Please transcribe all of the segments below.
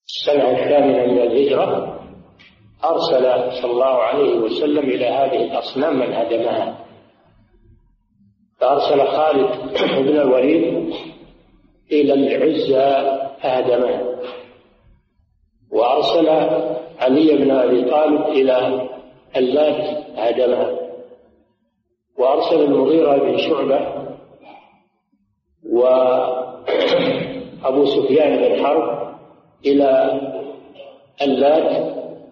السنة الثامنة من الهجرة أرسل صلى الله عليه وسلم إلى هذه الأصنام من هدمها، فأرسل خالد بن الوليد إلى العزى فهدمها، وأرسل علي بن أبي طالب إلى اللات هدمها، وأرسل المغيرة بن شعبة وأبو سفيان بن حرب إلى اللات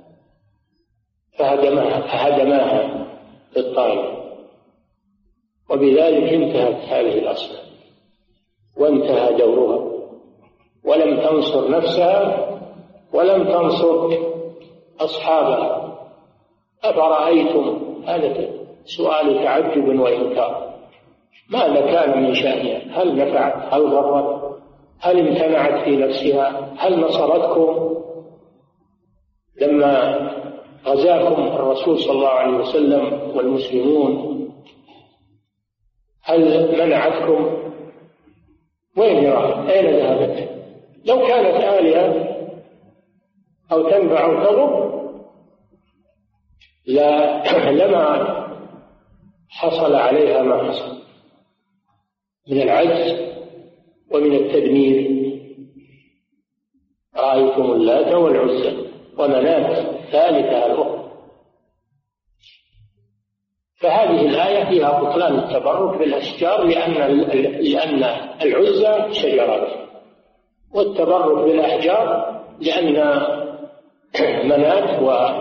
فهدماها في الطائف، وبذلك انتهت هذه الأصنام وانتهى دورها، ولم تنصر نفسها ولم تنصر أصحابها. أفرأيتم، هذا سؤال تعجب وإنكار، ماذا كان من شأنها؟ هل نفعت؟ هل ضرت؟ هل امتنعت في نفسها؟ هل نصرتكم لما غزاكم الرسول صلى الله عليه وسلم والمسلمون؟ هل منعتكم؟ وين راحت؟ أين ذهبت؟ لو كانت آلهة أو تنفع أو تضر لما حصل عليها ما حصل من العجز ومن التدمير. رأيتم اللات والعزى ومناة الثالثة الأخرى. فهذه الآية فيها بطلان التبرك بالأشجار، لأن العزى شجرات، والتبرك بالأحجار لأن مناة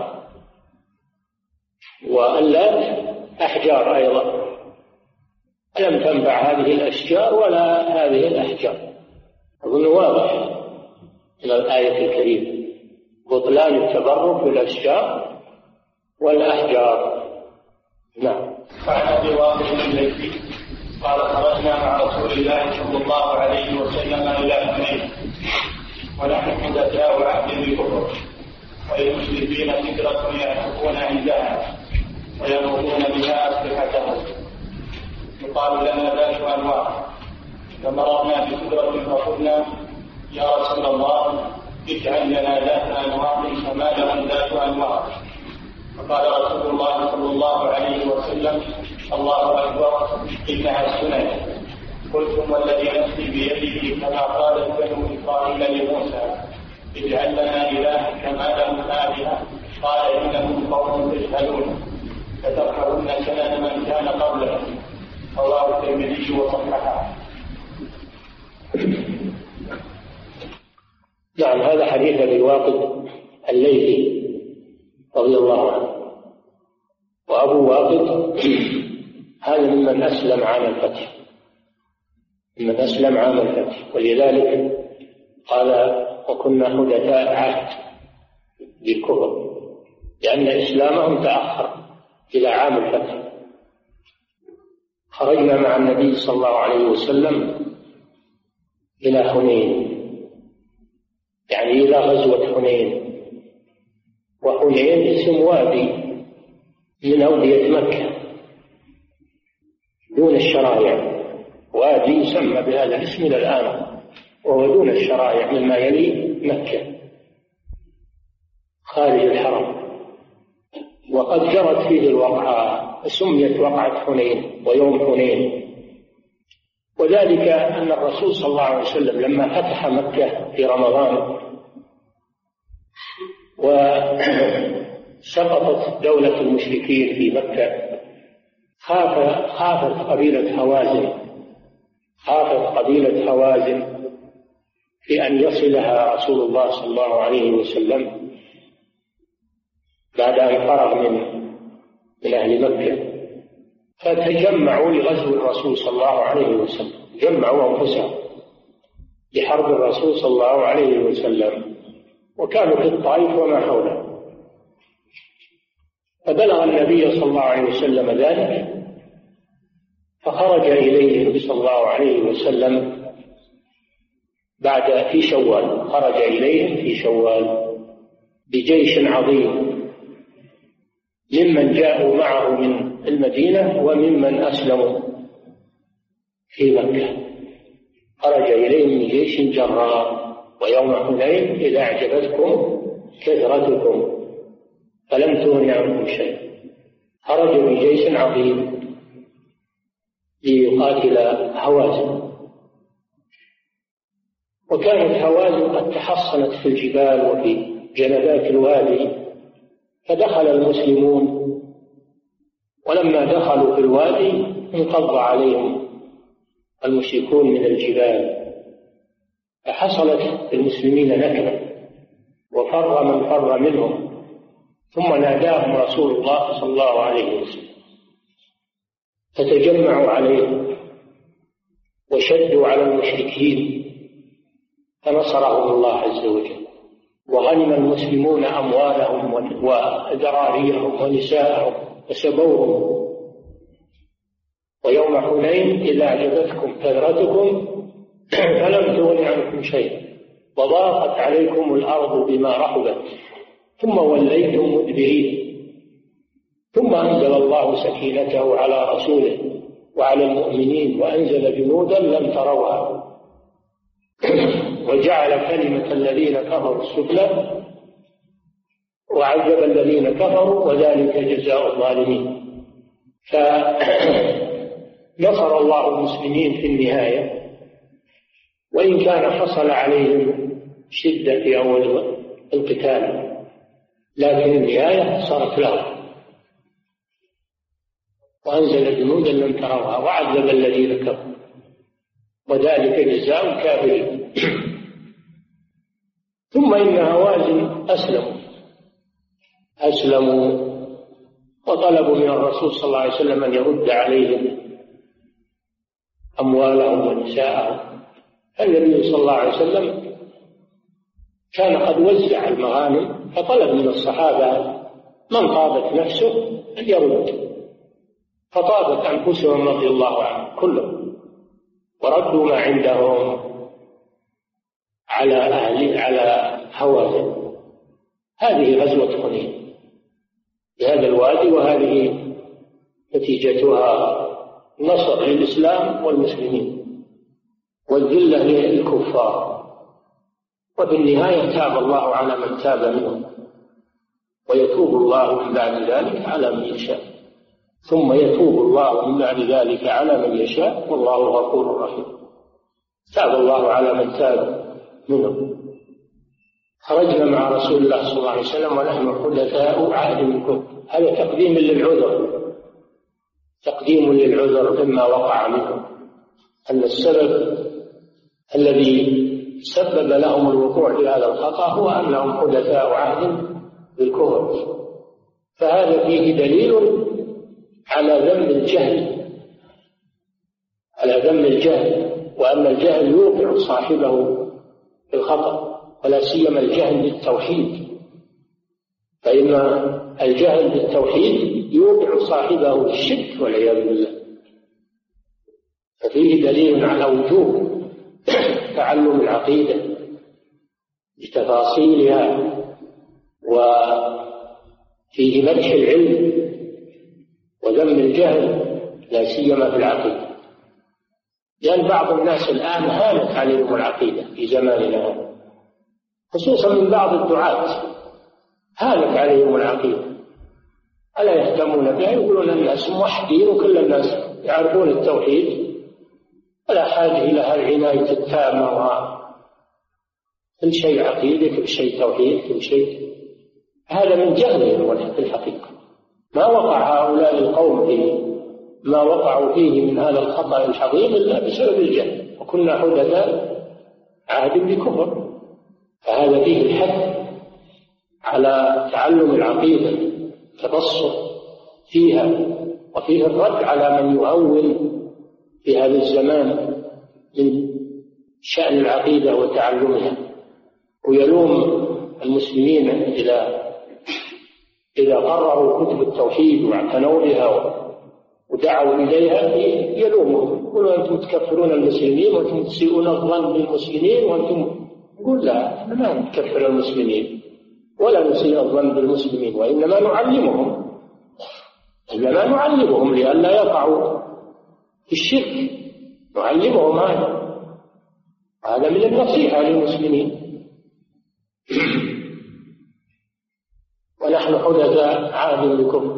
واللات أحجار أيضا، لم تنفع هذه الأشجار ولا هذه الأحجار. أظن واضح من الآية الكريمة بطلان التبرك بالأشجار والأحجار. نعم. وعن أبي واقد الليثي قال خرجنا مع رسول الله صلى الله عليه وسلم إلى حنين ونحن حدثاء عهد بالكفر، وللمشركين فكرة يعتقون عندها وينوضون بها أسلحتهم، يقال لنا ذات أنواع، فمررنا بسدرة فقلنا يا رسول الله اجعل لنا ذات أنواع كما لهم ذات أنواع، فقال رسول الله صلى الله عليه وسلم الله أكبر إنها السنن. قلتم والذي نفسي بيده كما قالت بنو إسرائيل لموسى اجعل لنا إلها كما لهم آلهة، قال إنهم قوم تجهلون فتركبن سنن من كان قبلهم. رواه الترمذي وصححه. نعم. هذا حديث أبي واقد الليثي رضي الله عنه. وأبو واقد هذا ممن أسلم عام الفتح، ممن أسلم عام الفتح، ولذلك قال وكنا حدثاء عهد بالكفر، لأن إسلامهم تأخر إلى عام الفتح. خرجنا مع النبي صلى الله عليه وسلم إلى حنين، يعني إلى غزوة حنين. وحنين اسم وادي من أودية مكة دون الشرائع، وادي يسمى بهذا الاسم إلى الآن، وهو دون الشرائع مما يلي مكة خارج الحرم. وقد جرت فيه الوقعة فسميت وقعة حنين ويوم حنين، وذلك أن الرسول صلى الله عليه وسلم لما فتح مكة في رمضان وسقطت دولة المشركين في مكة، خافت قبيلة هوازن في أن يصلها رسول الله صلى الله عليه وسلم بعد أن فرغ من أهل مكة، فتجمعوا لغزو الرسول صلى الله عليه وسلم، جمعوا أنفسهم لحرب الرسول صلى الله عليه وسلم، وكانوا في الطائف وما حوله. فبلغ النبي صلى الله عليه وسلم ذلك، فخرج إليه صلى الله عليه وسلم في شوال، خرج إليهم في شوال بجيش عظيم ممن جاءوا معه من المدينة وممن أسلموا في مكة. خرج إليهم بجيش جرار ويوم حنين إذا أعجبتكم كثرتكم فلم تغن عنكم شيء. خرج بجيش عظيم ليقاتل هوازن، وكانت هوازن قد تحصنت في الجبال وفي جنبات الوادي، فدخل المسلمون، ولما دخلوا في الوادي انقض عليهم المشركون من الجبال، فحصلت للمسلمين نكبة وفر من فر منهم، ثم ناداهم رسول الله صلى الله عليه وسلم فتجمعوا عليه وشدوا على المشركين فنصرهم الله عز وجل، وغنم المسلمون أموالهم وذراريهم ونساءهم وسبوهم. ويوم حنين إذا أعجبتكم كثرتكم فلم تغن عنكم شيئا وضاقت عليكم الأرض بما رحبت ثم وليتم مدبرين. ثم أنزل الله سكينته على رسوله وعلى المؤمنين وأنزل جنودا لم تروها وجعل كلمة الذين كفروا السفلى وعذب الذين كفروا وذلك جزاء الظالمين. فنصر الله المسلمين في النهاية، وإن كان حصل عليهم شدة في أول القتال، لكن النهاية صارت لهم، وأنزل جنودا لم تروها وعذب الذين كفروا وذلك جزاء الكافرين. ثم إن هوازن أسلموا وطلبوا من الرسول صلى الله عليه وسلم أن يرد عليهم أموالهم ونساءهم. النبي صلى الله عليه وسلم كان قد وزع المغانم، فطلب من الصحابة من طابت نفسه أن يرد، فطابت أنفسهم رضي الله عنهم كلهم وردوا ما عندهم على هوازن. هذه غزوة حنين بهذا الوادي، وهذه نتيجتها نصر للإسلام والمسلمين والذلة للكفار. وفي النهاية تاب الله على من تاب منهم، ويتوب الله من بعد ذلك على من يشاء، ثم يتوب الله من بعد ذلك على من يشاء والله غفور رحيم. تاب الله على من تاب منهم. خرجنا مع رسول الله صلى الله عليه وسلم ونحن حدثاء عهد منكم. هذا تقديم للعذر مما وقع منهم، أن السبب الذي سبب لهم الوقوع في هذا الخطأ هو أنهم حدثاء عهد بالكفر. فهذا فيه دليل على ذم الجهل، وأن الجهل يوقع صاحبه في الخطأ، ولا سيما الجهل بالتوحيد، فإن الجهل بالتوحيد يوقع صاحبه في الشرك والعياذ بالله. ففيه دليل على وجوب تعلم العقيدة بتفاصيلها، وفيه مدح العلم وذم الجهل لا سيما في العقيدة، لأن بعض الناس الآن هانت عليهم العقيدة في زماننا هذا، خصوصا من بعض الدعاة هانت عليهم العقيدة، ألا يهتمون بها، يقولون الناس موحدين وكل الناس يعرفون التوحيد ولا حاجة إلى العناية التامة، كل شيء عقيدة، كل شيء توحيد، كل شيء. هذا من جهلهم في الحقيقة. ما وقع هؤلاء القوم فيه ما وقعوا فيه من هذا الخطأ العظيم إلا بسبب الجهل، وكنا حدثاء عهد بكفر. فهذا فيه الحث على تعلم العقيدة، تبصر فيها، وفيه الرد على من يؤول في هذا الزمان من شأن العقيدة وتعلمها، ويلوم المسلمين إذا قرروا كتب التوحيد واعتنوا بها ودعوا إليها يلومهم، يقولوا أنتم تكفرون المسلمين وأنتم تسيئون الظن بالمسلمين، وأنتم نقول لا، احنا ما نكفر المسلمين ولا نسيء الظن بالمسلمين، وإنما نعلمهم لئلا يقعوا في الشرك، نعلمهم هذا من النصيحة للمسلمين. ونحن حدثاء عهد بكم.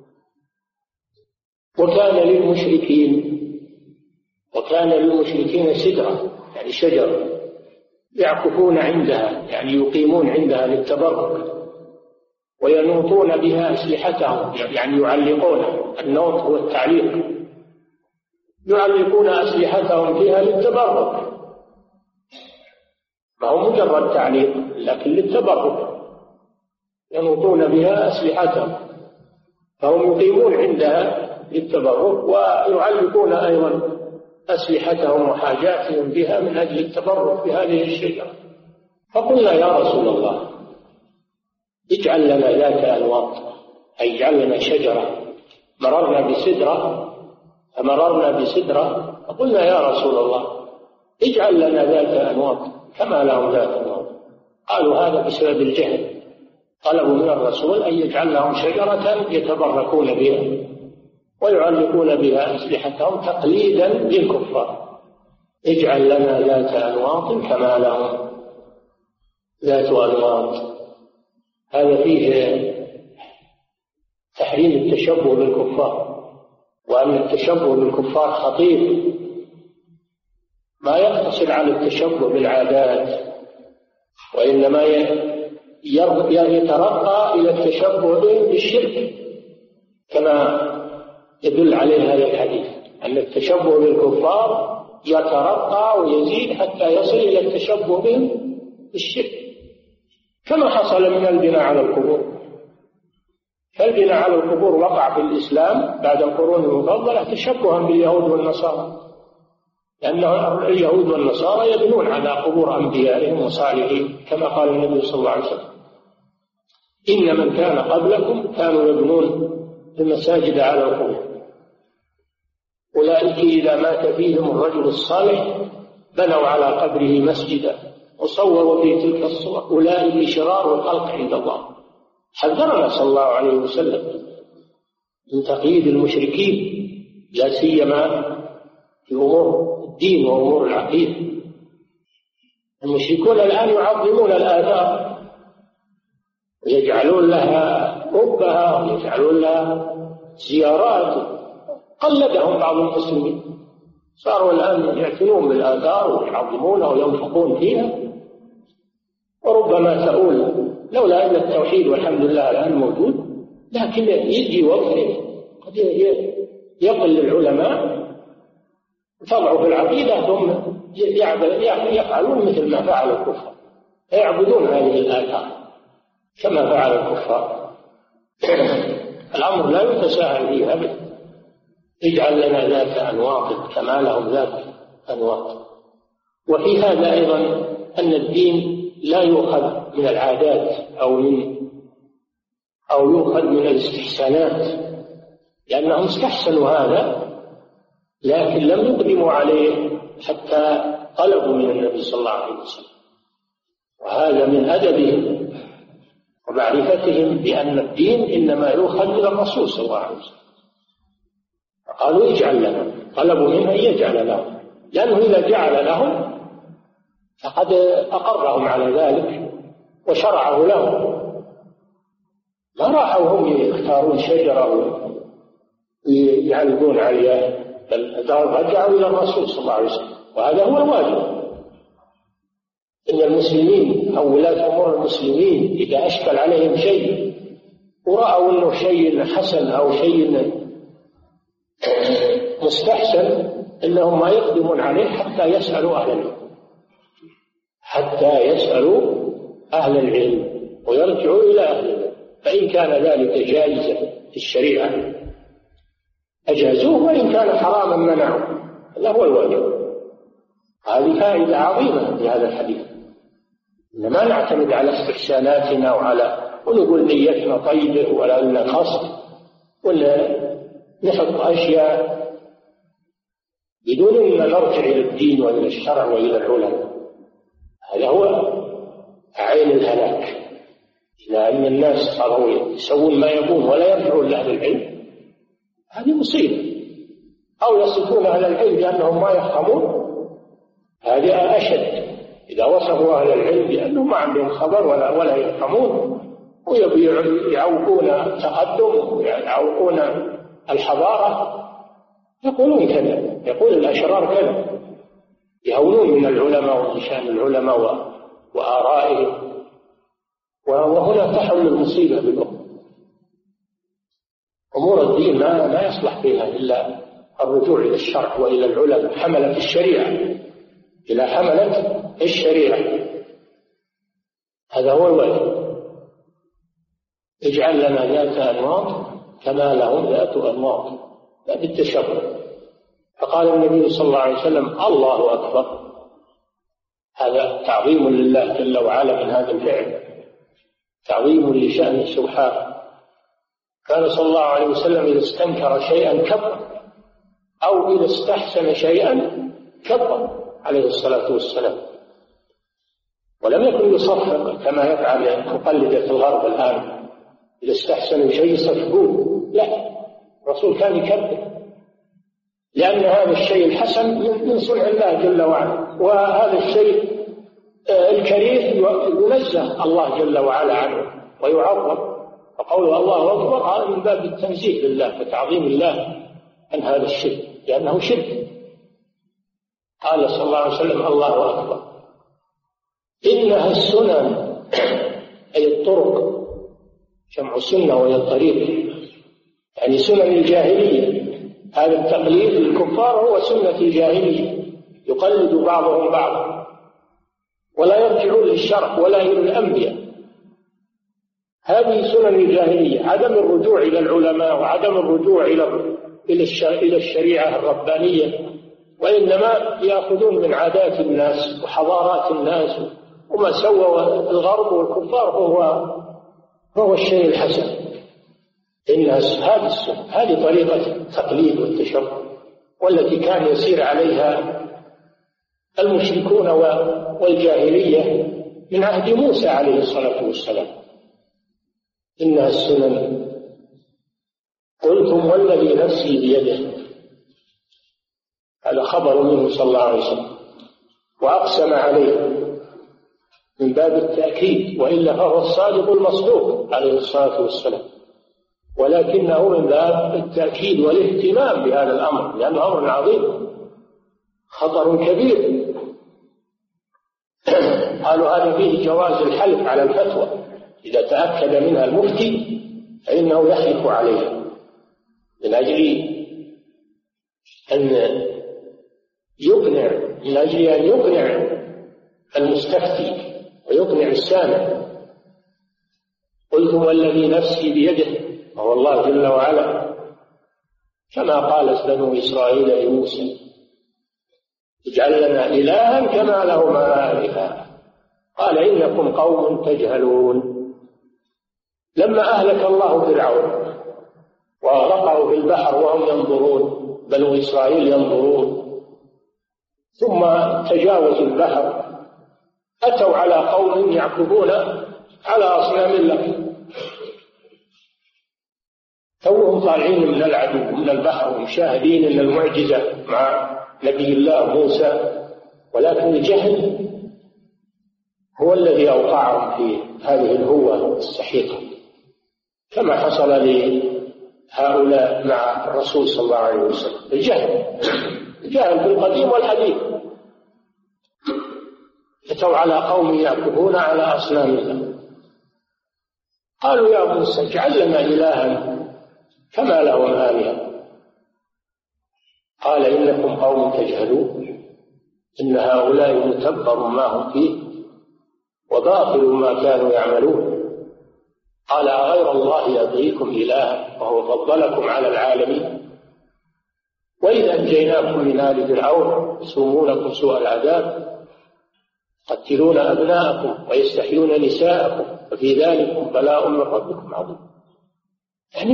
وكان للمشركين سدرة، يعني شجر يعكفون عندها، يعني يقيمون عندها للتبرك، وينوطون بها أسلحتهم، يعني يعلقون. النوط هو التعليق، يعلقون أسلحتهم فيها للتبرك، ما هو مجرد تعليق لكن للتبرك، ينوطون بها أسلحتهم، فهم يقيمون عندها للتبرك ويعلقون أيضا أسلحتهم وحاجاتهم بها من أجل التبرك بهذه الشجرة. فقلنا يا رسول الله اجعل لنا ذات أنواط، أي اجعل لنا شجرة. مررنا بسدرة فقلنا يا رسول الله اجعل لنا ذات أنواط كما لهم ذات أنواط. قالوا هذا بسبب الجهل، طلبوا من الرسول أن يجعل لهم شجرة يتبركون بها ويعلقون بها أسلحتهم تقليدا للكفار. اجعل لنا ذات أنواط كما لهم ذات أنواط. هذا فيه تحريم التشبه بالكفار، وأن التشبه بالكفار خطير، ما يقتصر على التشبه بالعادات، وإنما يترقى إلى التشبه بالشرك، كما يدل عليه هذا الحديث أن التشبه بالكفار يترقى ويزيد حتى يصل إلى التشبه بهم بالشرك، كما حصل من البناء على القبور. فالبناء على القبور وقع في الإسلام بعد القرون المفضلة تشبها باليهود والنصارى، لأن اليهود والنصارى يبنون على قبور أنبيائهم وصالحين، كما قال النبي صلى الله عليه وسلم إن من كان قبلكم كانوا يبنون المساجد على القبور. أولئك إذا مات فيهم الرجل الصالح بنوا على قبره مسجدا وصوروا في تلك الصور أولئك شرار الخلق عند الله. حذرنا صلى الله عليه وسلم من تقييد المشركين، لا سيما في أمور الدين وأمور العقيدة. المشركون الآن يعظمون الآثار ويجعلون لها قبها ويجعلون لها زيارات، قلدهم بعض المسلمين، صاروا الآن يعتنون بالآثار ويعظمونها وينفقون فيها، وربما تؤول لولا أن التوحيد والحمد لله الآن موجود، لكن يجي وقت قد يقل العلماء تضعف العقيدة ثم يفعلون مثل ما فعل الكفار، فيعبدون هذه الآثار كما فعل الكفار. الأمر لا يتساهل فيه أبدا. اجعل لنا ذات أنواط كما لهم ذات أنواط. وفي هذا أيضا أن الدين لا يؤخذ من العادات أو يؤخذ من الاستحسانات، لأنهم استحسنوا هذا لكن لم يقدموا عليه حتى طلبوا من النبي صلى الله عليه وسلم. وهذا من أدبهم ومعرفتهم بأن الدين إنما يؤخذ من الرسول صلى الله عليه وسلم. قالوا اجعل لنا، طلبوا منه أن يجعل لهم، لأنه إذا جعل لهم فقد أقرهم على ذلك وشرعه لهم. ما راحوا هم يختارون شجرة ويعلقون عليها، بل رجعوا إلى الرسول صلى الله عليه وسلم، وهذا هو الواجب. إن المسلمين أو ولاة أمور المسلمين إذا أشكل عليهم شيء ورأوا أنه شيء حسن أو شيء مستحسن إنهم ما يقدمون عليه حتى يسألوا أهل العلم، ويرجعوا إلى أهل العلم. فإن كان ذلك جائزا في الشريعة أجازوه، وإن كان حراما منعوا. هذا هو الواجب. هذه فائدة عظيمة في هذا الحديث، إن ما نعتمد على استحساناتنا ونقول نيتنا طيبة ولا لنا قصد، ولا نحط أشياء بدون أن نرجع إلى الدين وإلى الشرع وإلى العلماء. هذا هو عين الهلاك. إذا أن الناس صاروا يسوون ما يبون ولا يرجعون لأهل العلم، هذه مصيبة. أو يصفون أهل العلم بأنهم ما يفهمون، هذه أشد إذا وصفوا أهل العلم بأنهم ما عندهم خبر ولا يفهمون ويعوقون التقدم ويعوقون الحضارة، يقولون كذا، يقول الأشرار كذا، يهونون من العلماء ومن شأن العلماء وآرائهم، وهنا تحل المصيبة بالأمة. أمور الدين ما يصلح فيها إلا الرجوع إلى الشرع وإلى العلماء حملة الشريعة، إلى حملة الشريعة. هذا هو الواجب. اجعل لنا ذات أنواط كما لهم ذات أنواط، لا بالتشبه. فقال النبي صلى الله عليه وسلم الله أكبر، هذا تعظيم لله جل وعلا من هذا الفعل، تعظيم لشأنه سبحانه. كان صلى الله عليه وسلم إذا استنكر شيئا كبر، أو إذا استحسن شيئا كبر عليه الصلاة والسلام، ولم يكن يصفق كما يفعل مقلدة الغرب الآن، إذا استحسنوا شيء يصفقوه، لا، الرسول كان يكبر، لأن هذا الشيء الحسن من صنع الله جل وعلا، وهذا الشيء الكريم ينزه الله جل وعلا عنه ويعظم. وقوله الله أكبر هذا من باب التنزيه لله وتعظيم الله عن هذا الشرك، لأنه شرك. قال صلى الله عليه وسلم الله أكبر. إنها السنن، أي الطرق، جمع سنة وهي الطريق، يعني سنن الجاهلية. هذا التقليد للكفار هو سنة الجاهلية، يقلد بعضهم بعضا ولا يرجعون للشرع ولا إلى الأنبياء. هذه سنن الجاهلية، عدم الرجوع إلى العلماء وعدم الرجوع إلى الشريعة الربانية، وإنما يأخذون من عادات الناس وحضارات الناس، وما سوى الغرب والكفار هو الشيء الحسن. إن هذه السنة، هذه طريقة التقليد والتشبه، والتي كان يسير عليها المشركون والجاهلية من عهد موسى عليه الصلاة والسلام. إنها السنن. قلتم والذي نفسي بيده، هذا خبر منه صلى الله عليه وسلم، وأقسم عليه من باب التأكيد، وإلا فهو الصادق المصدوق عليه الصلاة والسلام، ولكنه من باب التأكيد والاهتمام بهذا الأمر، لأنه أمر عظيم، خطر كبير. قالوا هذا فيه جواز الحلف على الفتوى، إذا تأكد منها المفتي فإنه يحلف عليها، من أجل أن يقنع المستفتي ويقنع السامع. قلتم والذي نفسي بيده، وهو الله جل وعلا، كما قالت بنو إسرائيل لموسى اجعل لنا إلها كما لهم آلهة، قال إنكم قوم تجهلون. لما أهلك الله فرعون وأغرقه في البحر وهم ينظرون، بنو إسرائيل ينظرون، ثم تجاوزوا البحر، أتوا على قوم يعكفون على أصنام الله، توهم طالعين من العدو من البحر ومشاهدين أن المعجزة مع نبي الله موسى، ولكن الجهل هو الذي أوقعهم في هذه الهوة السحيقة، كما حصل لهؤلاء مع الرسول صلى الله عليه وسلم. الجهل في القديم والحديث. أتوا على قوم يعكفون على أصنام الله، قالوا يا موسى اجعل لنا إلها كما لهم آلهة، قال إنكم قوم تجهلون، إن هؤلاء متبر ما هم فيه وباطل ما كانوا يعملون. قال أغير الله أبغيكم إلها وهو فضلكم على العالمين، وإذا أنجيناكم من آل فرعون يسومونكم سوء العذاب يقتلون أبناءكم ويستحيون نساءكم وفي ذلك بلاء من ربكم عظيم. يعني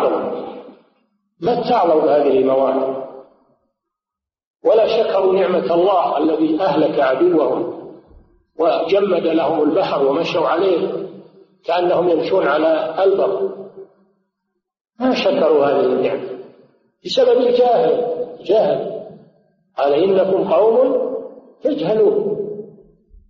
ما تعظوا هذه المواهب، ولا شكروا نعمة الله الذي أهلك عدوهم وجمد لهم البحر ومشوا عليه كأنهم يمشون على البر. ما شكروا هذه النعمة بسبب الجهل. قال إنكم قوم تجهلون،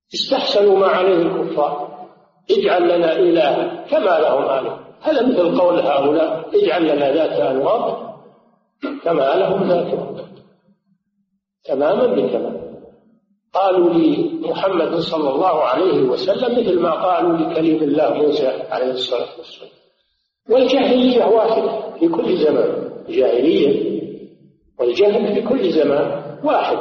استحسنوا ما عليه الكفار، اجعل لنا إلها كما لهم آلهة. هذا مثل قول هؤلاء اجعل لنا ذات أنواط كما لهم ذات أنواط، تماما بتمام. قالوا لمحمد صلى الله عليه وسلم مثل ما قالوا لكليم الله موسى عليه الصلاة والسلام. والجاهلية واحدة في كل زمان، الجاهلية والجهل في كل زمان واحد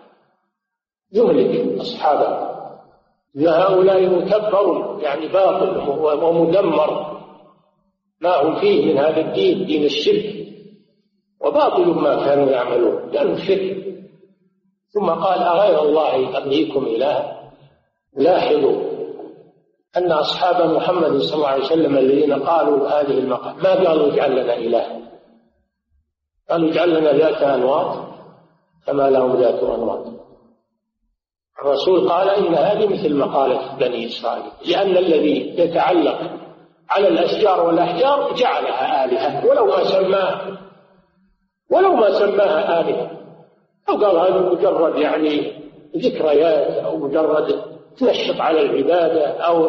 يهلك أصحابه. إن هؤلاء متبر يعني باطل ومدمر ما هم فيه من هذا الدين، دين الشرك، وباطل ما كانوا يعملون لأنه شرك. ثم قال أغير الله أبنيكم إلها. لاحظوا أن أصحاب محمد صلى الله عليه وسلم الذين قالوا هذه المقال ما قالوا اجعل لنا إله، قالوا اجعل لنا ذات أنواط كما لهم ذات أنواط. الرسول قال إن هذه مثل مقالة بني إسرائيل، لأن الذي يتعلق على الأشجار والأحجار جعلها آلهة ولو ما سماها آلهة، أو قال هذا مجرد يعني ذكريات أو مجرد تنشط على العبادة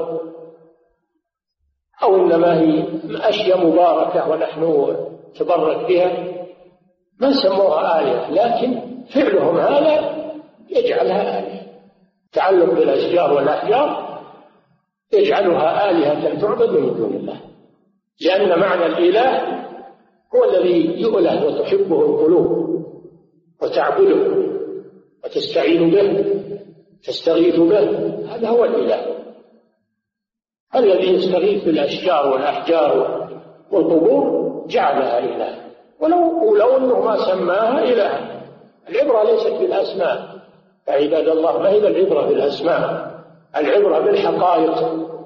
أو إنما هي أشياء مباركة ونحن تبرك بها، ما سموها آلهة، لكن فعلهم هذا يجعلها آلهة. تعلق بالأشجار والأحجار يجعلها آلهة تعبد من دون الله، لأن معنى الإله هو الذي يؤله وتحبه القلوب وتعبده وتستعين به تستغيث به، هذا هو الإله. الذي يستغيث بالأشجار والأحجار والقبور جعلها إله، ولو أنه ما سماها إله. العبرة ليست بالأسماء يا عباد الله، ما هي العبرة بالأسماء، العبرة بالحقائق.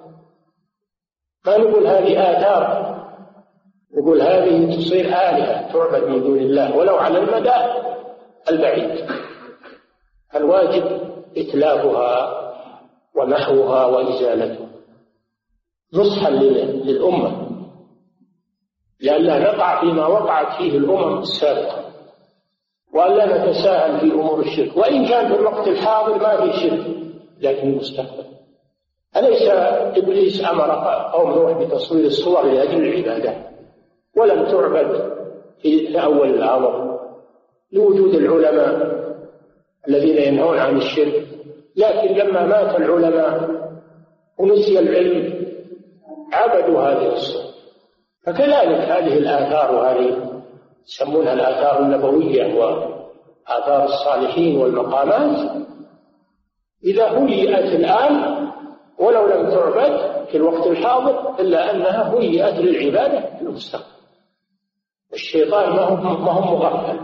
ما نقول هذه آثار، نقول هذه تصير آلهة تعبد من دون الله ولو على المدى البعيد. الواجب إتلافها ونحوها وإزالتها نصحا للأمة، لئلا نقع فيما وقعت فيه الأمم السابقة، وألا نتساهل في أمور الشرك. وإن كان في الوقت الحاضر ما في شرك، لكن المستقبل. أليس إبليس أمر قوم نوح بتصوير الصور لأجل العبادة، ولم تعبد في أول الأمر لوجود العلماء الذين ينهون عن الشرك؟ لكن لما مات العلماء ونسي العلم عبدوا هذه الصور. فكذلك هذه الآثار، وهذه يسمونها الآثار النبوية وآثار الصالحين والمقامات، إذا هيئت الآن ولو لم تعبد في الوقت الحاضر إلا أنها هيئت للعبادة في المستقبل. الشيطان ما هم مغفل.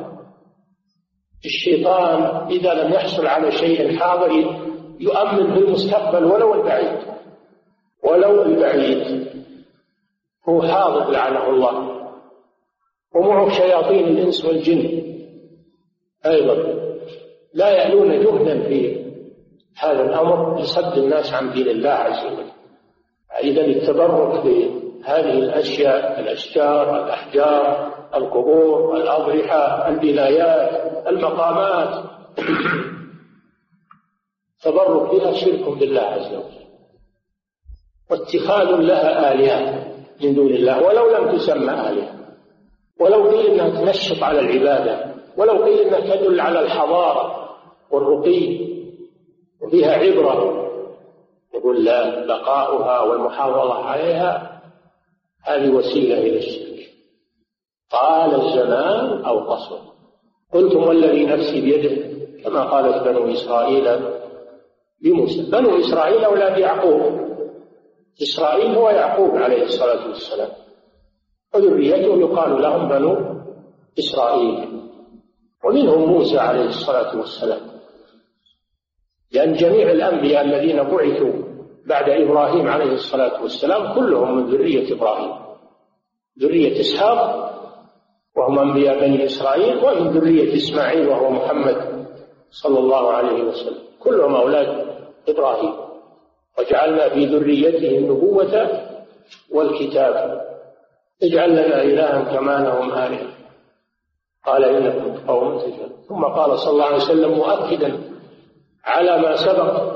الشيطان إذا لم يحصل على شيء حاضر يؤمن بالمستقبل ولو البعيد. هو حاضر لعنه الله، ومعه شياطين الإنس والجن أيضا لا يألون جهدا في هذا الأمر لصد الناس عن دين الله عز وجل. إذا التبرك بهذه الأشياء، الأشجار، الأحجار، القبور، الأضرحة، البنايات، المقامات، تبرك بها شرك بالله عز وجل، واتخاذ لها آلهة من دون الله ولو لم تسمى آلهة، ولو قيل إنها تنشط على العبادة، ولو قيل إنها تدل على الحضارة والرقي وفيها عبرة، يقول لا، بقاؤها والمحافظة عليها هذه وسيلة إلى الشرك. طال الزمان أو قصر، قلتم والذي نفسي بيده، كما قالت بنو إسرائيل لموسى. بنو إسرائيل أولاد يعقوب، إسرائيل هو يعقوب عليه الصلاة والسلام، وذريته يقال لهم بنو إسرائيل، ومنهم موسى عليه الصلاة والسلام، لأن جميع الأنبياء الذين بعثوا بعد إبراهيم عليه الصلاة والسلام كلهم من ذرية إبراهيم، ذرية إسحاق وهم أنبياء بني إسرائيل، ومن ذرية إسماعيل وهو محمد صلى الله عليه وسلم، كلهم أولاد إبراهيم. وجعلنا في ذريته النبوة والكتاب، اجعل لنا إلها كما لهم آلهة قال إنكم قوم تجهلون. ثم قال صلى الله عليه وسلم مؤكدا على ما سبق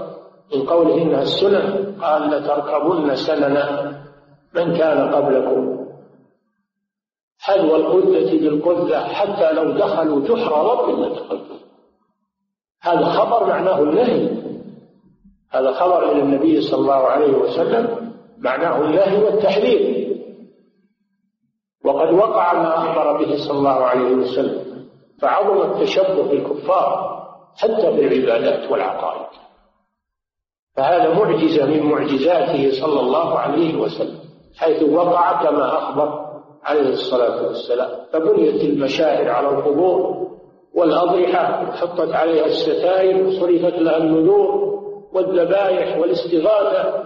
من قوله إنها السنن قال لتركبن سنن من كان قبلكم حذو القذة بالقذة حتى لو دخلوا جحر رب لدخلوا. هذا خبر معناه النهي، هذا خبر إلى النبي صلى الله عليه وسلم معناه النهي والتحذير، وقد وقع ما أخبر به صلى الله عليه وسلم، فعظم التشبه بالكفار حتى في العبادات والعقائد، فهذا معجزة من معجزاته صلى الله عليه وسلم حيث وقع كما أخبر عليه الصلاة والسلام. فبنيت المشاعر على القبور والأضرحة وحطت عليها الستائر وصرفت لها النذور والذبائح والاستغاثة،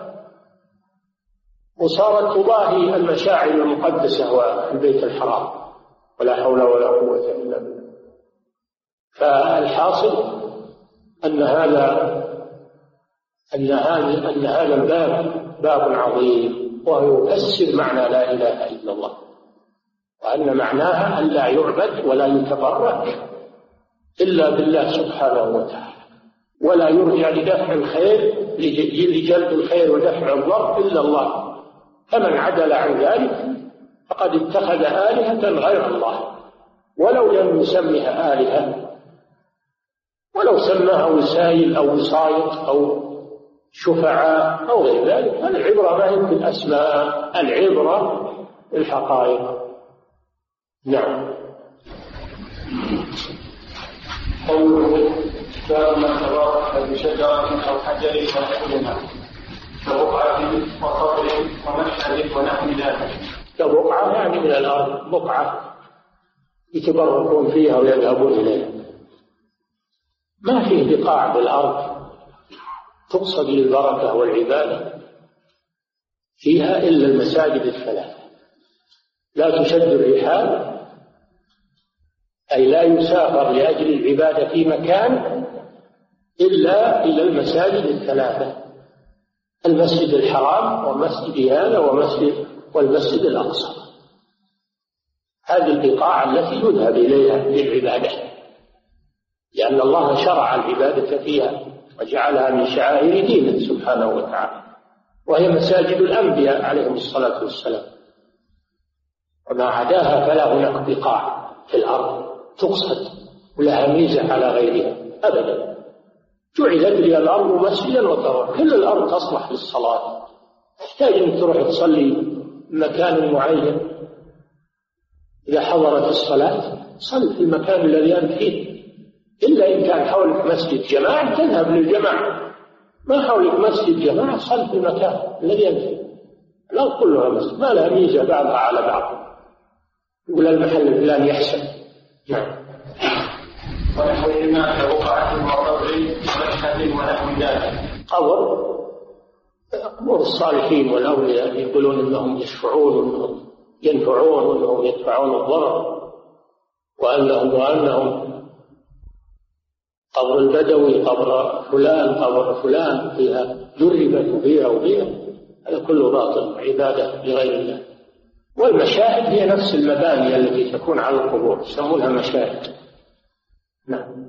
وصارت تضاهي المشاعر المقدسة والبيت الحرام، ولا حول ولا قوة إلا بالله. فالحاصل أن هذا الباب باب عظيم، وهو يفسر معنى لا إله إلا الله، وأن معناها أن لا يعبد ولا يتبرك إلا بالله سبحانه وتعالى، ولا يرجع لدفع الخير لجلب الخير ودفع الضر إلا الله، فمن عدل عن ذلك فقد اتخذ آلهة غير الله، ولو لم يسمها آلهة، ولو سماها وسائل أو وسائط أو شفعاء أو غير ذلك. العبرة ما هي بالأسماء، العبرة بالحقائق. نعم. قوله باب من تبرك بشجرة أو حجر ونحوهما كبقعة وصبر ومشهد ونحو ذلك. كبقعة يعني من الأرض، بقعة يتبركون فيها ويذهبون إليها. ما فيه بقاع بالأرض تقصد للبركة والعبادة فيها إلا المساجد الثلاثة، لا تشد الرحال، أي لا يسافر لأجل العبادة في مكان إلا إلى المساجد الثلاثة: المسجد الحرام ومسجد هذا والمسجد الأقصى. هذه البقاع التي يذهب إليها للعبادة، لأن الله شرع العبادة فيها وجعلها من شعائر دينه سبحانه وتعالى، وهي مساجد الأنبياء عليهم الصلاة والسلام. وما عداها فلا هناك بقاع في الأرض تقصد ولها ميزة على غيرها أبدا. جعلت لي الأرض مسجدا وطهورا، كل الأرض تصلح للصلاة، تحتاج أن تروح تصلي مكان معين. إذا حضرت الصلاة صل في المكان الذي أنت فيه، إلا إن كان حولك مسجد جماعة تذهب للجماعة، ما حولك مسجد جماعة صل في المكان الذي أنت فيه. الأرض كلها مسجد، ما لها ميزة بعضها على بعض، يقول المحل الفلاني يحسن. نعم. ونحوهما كبقعة وقبر ومشهد ونحو ذلك. قبر قبور الصالحين والأولياء يقولون إنهم يشفعون وإنهم ينفعون وإنهم يدفعون الضرر، وأنهم قبر البدوي، قبر فلان فيها جربت وفيها وفيها، هذا كله باطل، عبادة لغير الله. والمشاهد هي نفس المباني التي تكون على القبور يسمونها مشاهد. نعم.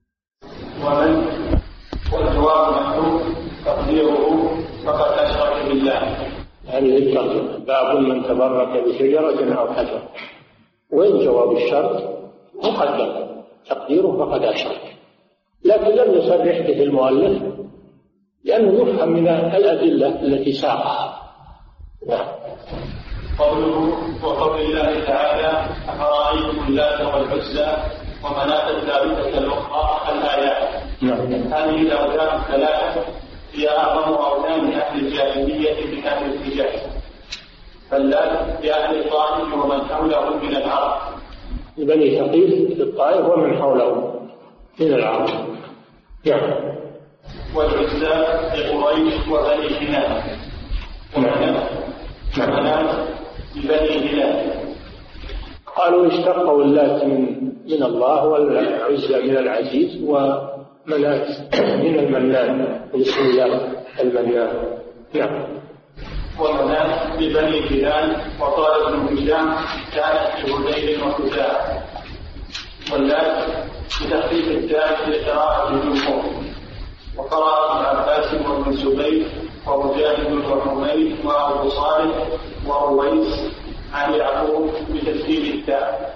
والجواب محذوف تقديره فقد أشرك بالله. هذه الترجمة: باب من تبرك بشجرة أو حجر. وين جواب الشرط؟ مقدم تقديره فقد أشرك، لكن لم يصرح به المؤلف لأنه يفهم من الأدلة التي ساقها. نعم. قوله وقول الله تعالى: أفرأيتم اللات والعزى ومناة الثالثة الأخرى الآيات. هذه الأوثان الثلاثة هي أعظم أوثان أهل الجاهلية من أهل الحجاز، فاللات لأهل الطائف ومن حوله من العرب، بني ثقيف في الطائف ومن حوله من العرب. نعم. والعزى لقريش وبني كنانة، ومناة لبني هلال. قالوا اشتقوا اللات من الله والعزى من العزيز ومناة من المنان، بسم الله المنان. نعم. ومناة لبني هلال وطارق بن هشام كانت في هذيل وخزاعة. واللات بتخفيف الدال لقراءة الجمهور، وقرأ ابن عباس وابن الزبير ومجاهد وحميد وأبو صالح ورويس عن يعقوب بتسجيل التاء.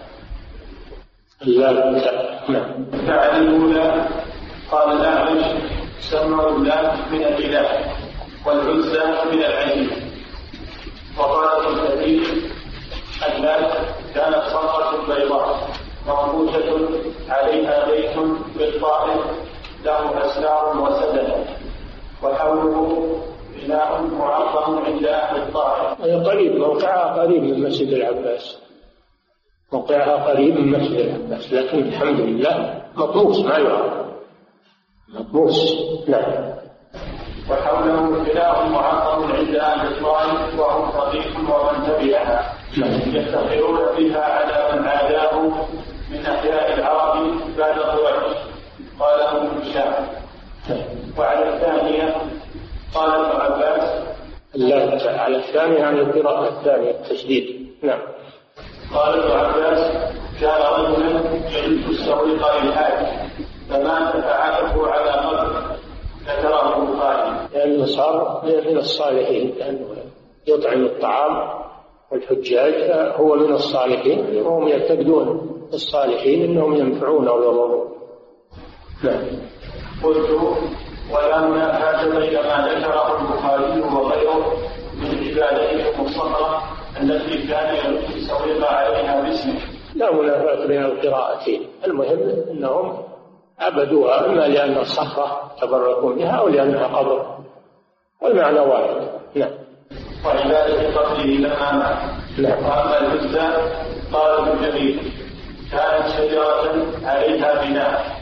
التاء الأولى قال الأعمش سموا اللات من الإله والعزى من العزيز. وقال ابن كثير اللات كانت صخرة بيضاء منقوشة عليها بيت بالطائف له أسنار وسدد وحوله بناء معظم عند أهل الطائف. قريب، موقعها قريب من مسجد العباس، موقعها قريب من مسجد العباس، لكن الحمد لله مطموس ما يرى، مطموس. نعم. وحوله بناء معظم عند أهل الطائف وهم صديق ومن تبعها يفتخرون بها على من عاداه من أحياء العرب بعد قريش. قاله ابن هشام. وعلى الثانية قال ابن عباس لا، على الثانية عن القراءة الثانية التشديد. نعم. قال ابن عباس كان رجلا يجد السويق للحاج فمات فعاده على قبر ذكره البخاري. لأنه صار من الصالحين، لأنه يطعم الطعام والحجاج، فهو من الصالحين وهم يعتقدون الصالحين أنهم ينفعون ويضرون. نعم. قلت ولما هذا بين ما ذكره البخاري وغيره من عبادتهم الصخرة التي كان يرد السويق عليها باسمه. لا منافاة بين القراءتين، المهم أنهم عبدوها إما لأن الصخرة تبركوا بها أو لأنها قبر، والمعنى واحد. نعم. وعبادة قبره لما مات. نعم. وأما الجزء قال ابن جرير كانت شجرة عليها بناء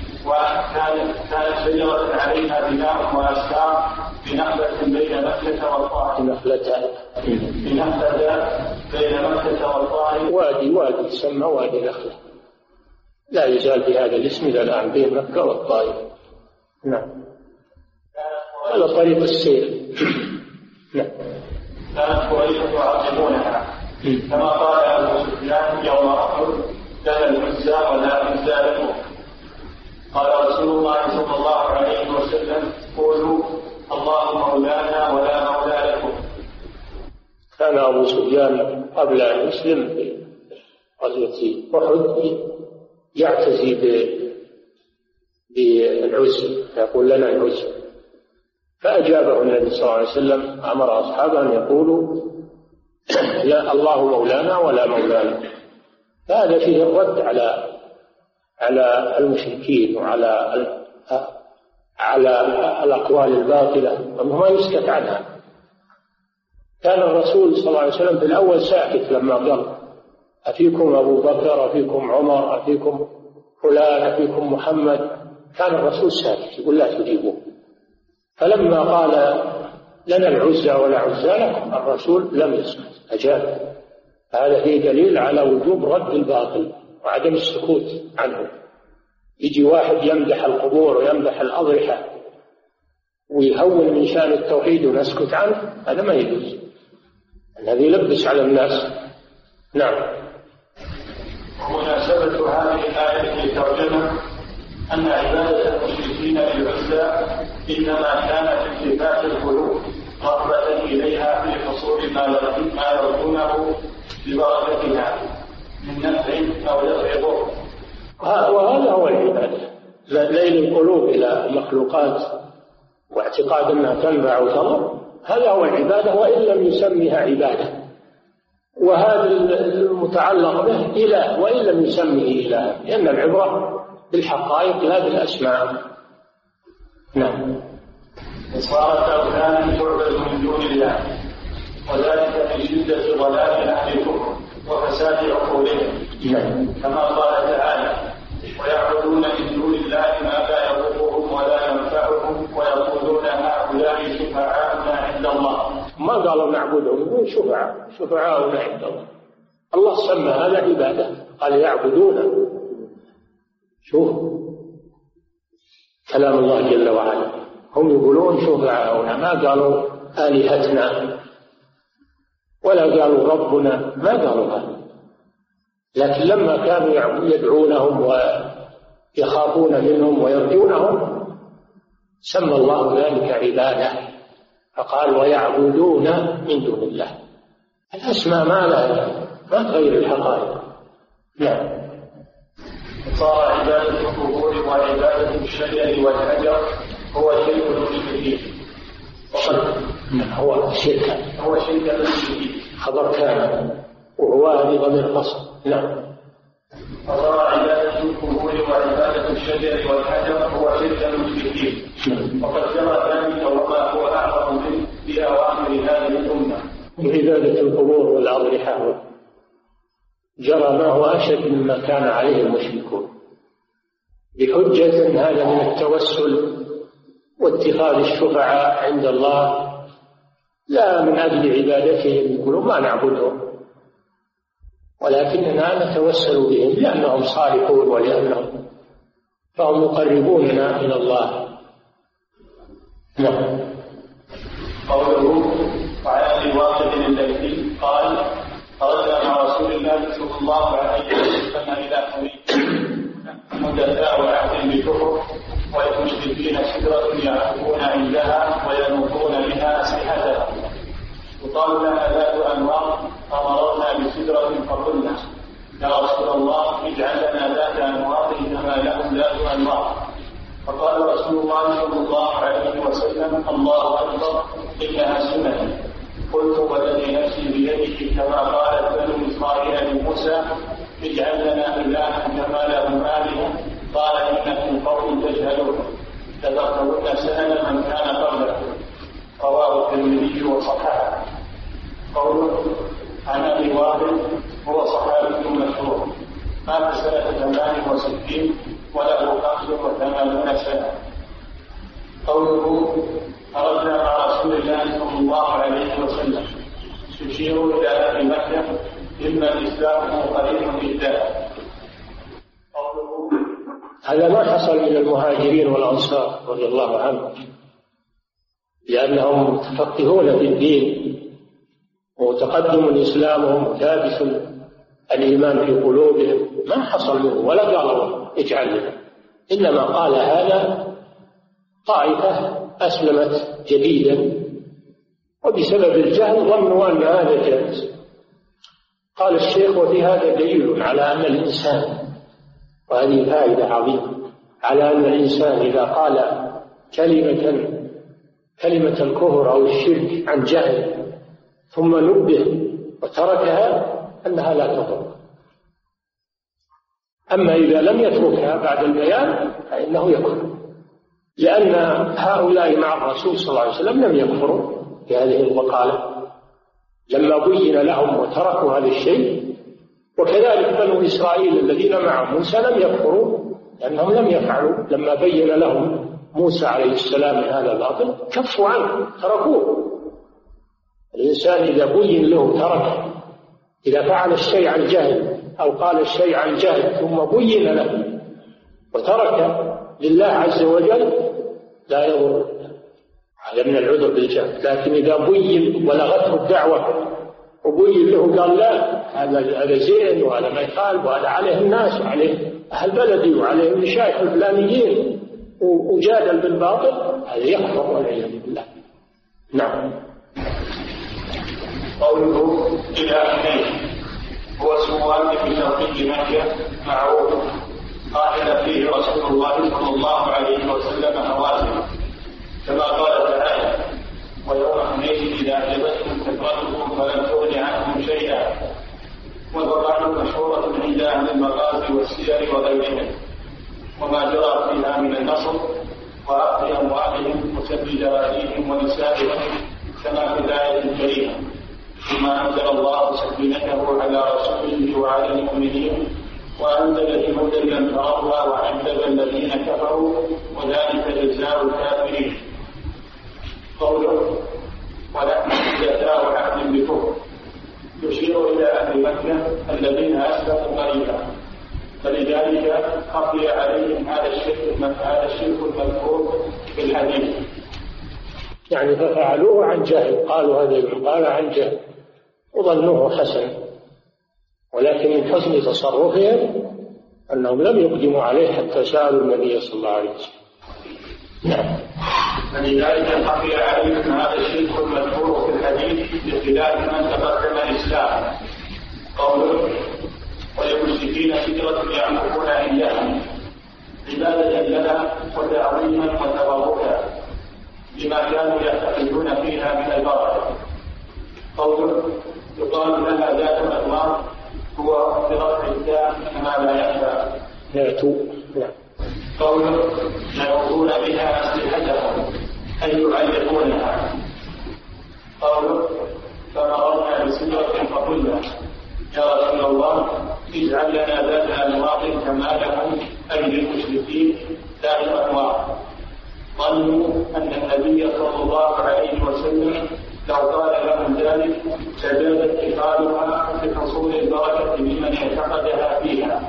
وأشجار بنخلة بين مكة والطائف. بنخلة بين مكة والطائف. وادي يسمى وادي نخلة، لا يزال بهذا الاسم إلى الآن بين مكة والطائف. نعم. هذا طريق السير. نعم. كانت قريش يعظمونها كما قال أبو سفيان يوم أحد لنا العزى ولا عزى لكم. قال رسول الله صلى الله عليه وسلم قولوا الله مولانا ولا مولى لكم. كان أبو سفيان قبل أن يسلم في غزوة أحد يعتزي بالعزى، يقول لنا العزى، فأجابه النبي صلى الله عليه وسلم، أمر أصحابه أن يقولوا لا الله مولانا ولا مولانا. فهذا فيه الرد على المشركين وعلى الأقوال الباطلة وما يسكت عنها. كان الرسول صلى الله عليه وسلم في الأول ساكت لما قال أفيكم أبو بكر أفيكم عمر أفيكم فلان أفيكم محمد، كان الرسول ساكت يقول لا تجيبوه. فلما قال لنا العزى ولا عزى لكم الرسول لم يسكت، أجاب. هذا فيه دليل على وجوب رد الباطل وعدم السكوت عنه. يجي واحد يمدح القبور ويمدح الأضرحة ويهون من شأن التوحيد ونسكت عنه، هذا ما يجوز، الذي يلبس على الناس. نعم. ومناسبة هذه الآية للترجمة أن عبادة المشركين للعزى إنما كانت انتفاع القلوب رغبة إليها في حصول ما يرجونه ببركتها من نفع أو دفع ضر. وهذا هو العبادة، ليل القلوب إلى المخلوقات واعتقاد أنها تنفع وتضر، هذا هو العبادة وإن لم يسميها عبادة. وهذا المتعلق به إله وإن لم يسميه إله، لأن العبرة بالحقائق لا بالأسماء. نعم. وصارت أوثانا تعبد من دون الله، وذلك في شدة ضلال أهل الكفر وفساد عقولهم. كما قال تعالى ويعبدون من دون الله ما لا يضرهم ولا ينفعهم ويقولون هؤلاء شفعاؤنا عند الله. ما قالوا نعبدهم، يقولون شفعاؤنا عند الله. الله سمى هذا عبادة، قال يعبدون. شوف كلام الله جل وعلا، هم يقولون شفعاؤنا، ما قالوا آلهتنا ولا قالوا ربنا، ما قالوا هذا. لكن لما كانوا يدعونهم ويخافون منهم ويرجونهم سمى الله ذلك عبادة، فقال ويعبدون من دون الله. الأسماء ما تغير الحقائق. نعم. صار عبادة القبور وعبادة الشجر والحجر هو شرك المشركين. هو شرك المشركين. خبر كان وهو بضمير فصل. نعم. فصار عبادة القبور وعبادة الشجر والحجر هو شرك المشركين. وقد جرى ذلك وما هو أعظم منه في أواخر هذه الأمة. عبادة القبور والأضرحة جرى ما هو أشد مما كان عليه المشركون، بحجة هذا من التوسل واتخاذ الشفعاء عند الله، لا من أجل عبادتهم يقولون ما نعبدهم، ولكننا نتوسل بهم لأنهم صالحون ولأنهم فهم مقربوننا إلى الله. نعم. قوله وعن أبي واقد الليثي قال خرجنا مع رسول الله صلى الله عليه وسلم إلى حميد حدثاء عهد بالكفر والمشركين سدرة يعرفون عندها وينوطون بها أسلحتها يقال لها ذات أنواط فمررنا بسدرة فقلنا يا رسول الله اجعل لنا ذات أنواط كما لهم ذات أنواط. فقال رسول الله صلى الله عليه وسلم الله أكبر إنها سنة. قلت والذي نفسي بيده كما قالت بنو إسرائيل لموسى اجعل لنا إلها كما لهم آلهة قال إنكم قوم تجهلون تذكرون سنن من كان قبلكم. رواه الترمذي وصححه. قوله عن أبي واقد هو صحابي مشهور مات سنة 68 وله 85 سنة. قوله خرجنا مع رسول الله صلى الله عليه وسلم تشير إلى أهل مكة إما الإسلام قريب بالله. هذا ما حصل من المهاجرين والأنصار رضي الله عنهم، لأنهم متفقهون في الدين ومتقدم إسلامهم وثابت الإيمان في قلوبهم، ما حصل منه ولا قالوا اجعل لنا، إنما قال هذا طائفة أسلمت جديدا وبسبب الجهل ظنوا أن هذا جائز. قال الشيخ وفي هذا دليل على أن الإنسان، وهذه فائدة عظيمة، على أن الإنسان إذا قال كلمة الكفر أو الشرك عن جهل ثم نبه وتركها أنها لا تضر. أما إذا لم يتركها بعد البيان فإنه يكفر، لأن هؤلاء مع الرسول صلى الله عليه وسلم لم يكفروا في هذه المقالة لما بين لهم وتركوا هذا الشيء، وكذلك بنو إسرائيل الذين مع موسى لم يكفروا لأنهم لم يفعلوا لما بين لهم موسى عليه السلام هذا الباطل كفوا عنه تركوه. الإنسان إذا بين له ترك، إذا فعل الشيء عن جهل أو قال الشيء عن جهل ثم بين له وترك لله عز وجل لا يضر، هذا من العذر بالجهل. لكن إذا بين ولغته الدعوة وبين له قال لا هذا زين وهذا ما يخالف وهذا عليه الناس وعليه أهل بلدي وعليه المشايخ الفلانيين وجادل بالباطل، هذا يكفر والعياذ بالله. نعم. قوله إلى حنين هو سواد في شرقي مكة معروف قاتل فيه رسول الله صلى الله عليه وسلم هوازن كما قال تعالى ويوم حنين إذا أعجبتكم كثرتكم فلم تغن عنكم شيئا. والقرآن مشهورة عند أهل المغازي والسير وغيرهم وما جرى فيها من النصر وأخذ أموالهم وسب جرائمهم ونسائهم كما في الآية الكريمة. ثم أنزل الله سكينته على رسوله وعلى المؤمنين وأنزل جنودا لم تروها وعذب الذين كفروا وذلك جزاء الكافرين. قوله ونحن حدثاء عهد بكفر يشير إلى أهل مكة الذين أسلموا قريبا، فلذلك خفي عليهم هذا الشرك المذكور في الحديث. يعني ففعلوه عن جهل، قالوا هذا قال عن جهل وظنوه حسن، ولكن من حسن تصرفهم أنهم لم يقدموا عليه حتى سألوا النبي صلى الله عليه وسلم. نعم. فلذلك خفي عليهم هذا الشرك المذكور في الحديث بخلاف من تقدم الإسلام. قوله وللمشركين فكرة يعرفون إياها عبادة لنا وتعظيما وتباركا بما كانوا يعتقدون فيها من البركة. قوله يقال لها ذات الأنوار هو برفع التاء كما لا يخفى. قوله يعرضون بها أسلحتهم أي يعلقونها. قوله فمررنا بسدرة فقلنا يا رسول الله اجعل لنا ذات أنواط كما لهم أي للمشركين ذات أنواط. ظنوا أن النبي صلى الله عليه وسلم لو قال لهم ذلك لجاز اتخاذها لحصول البركة ممن اعتقدها فيها.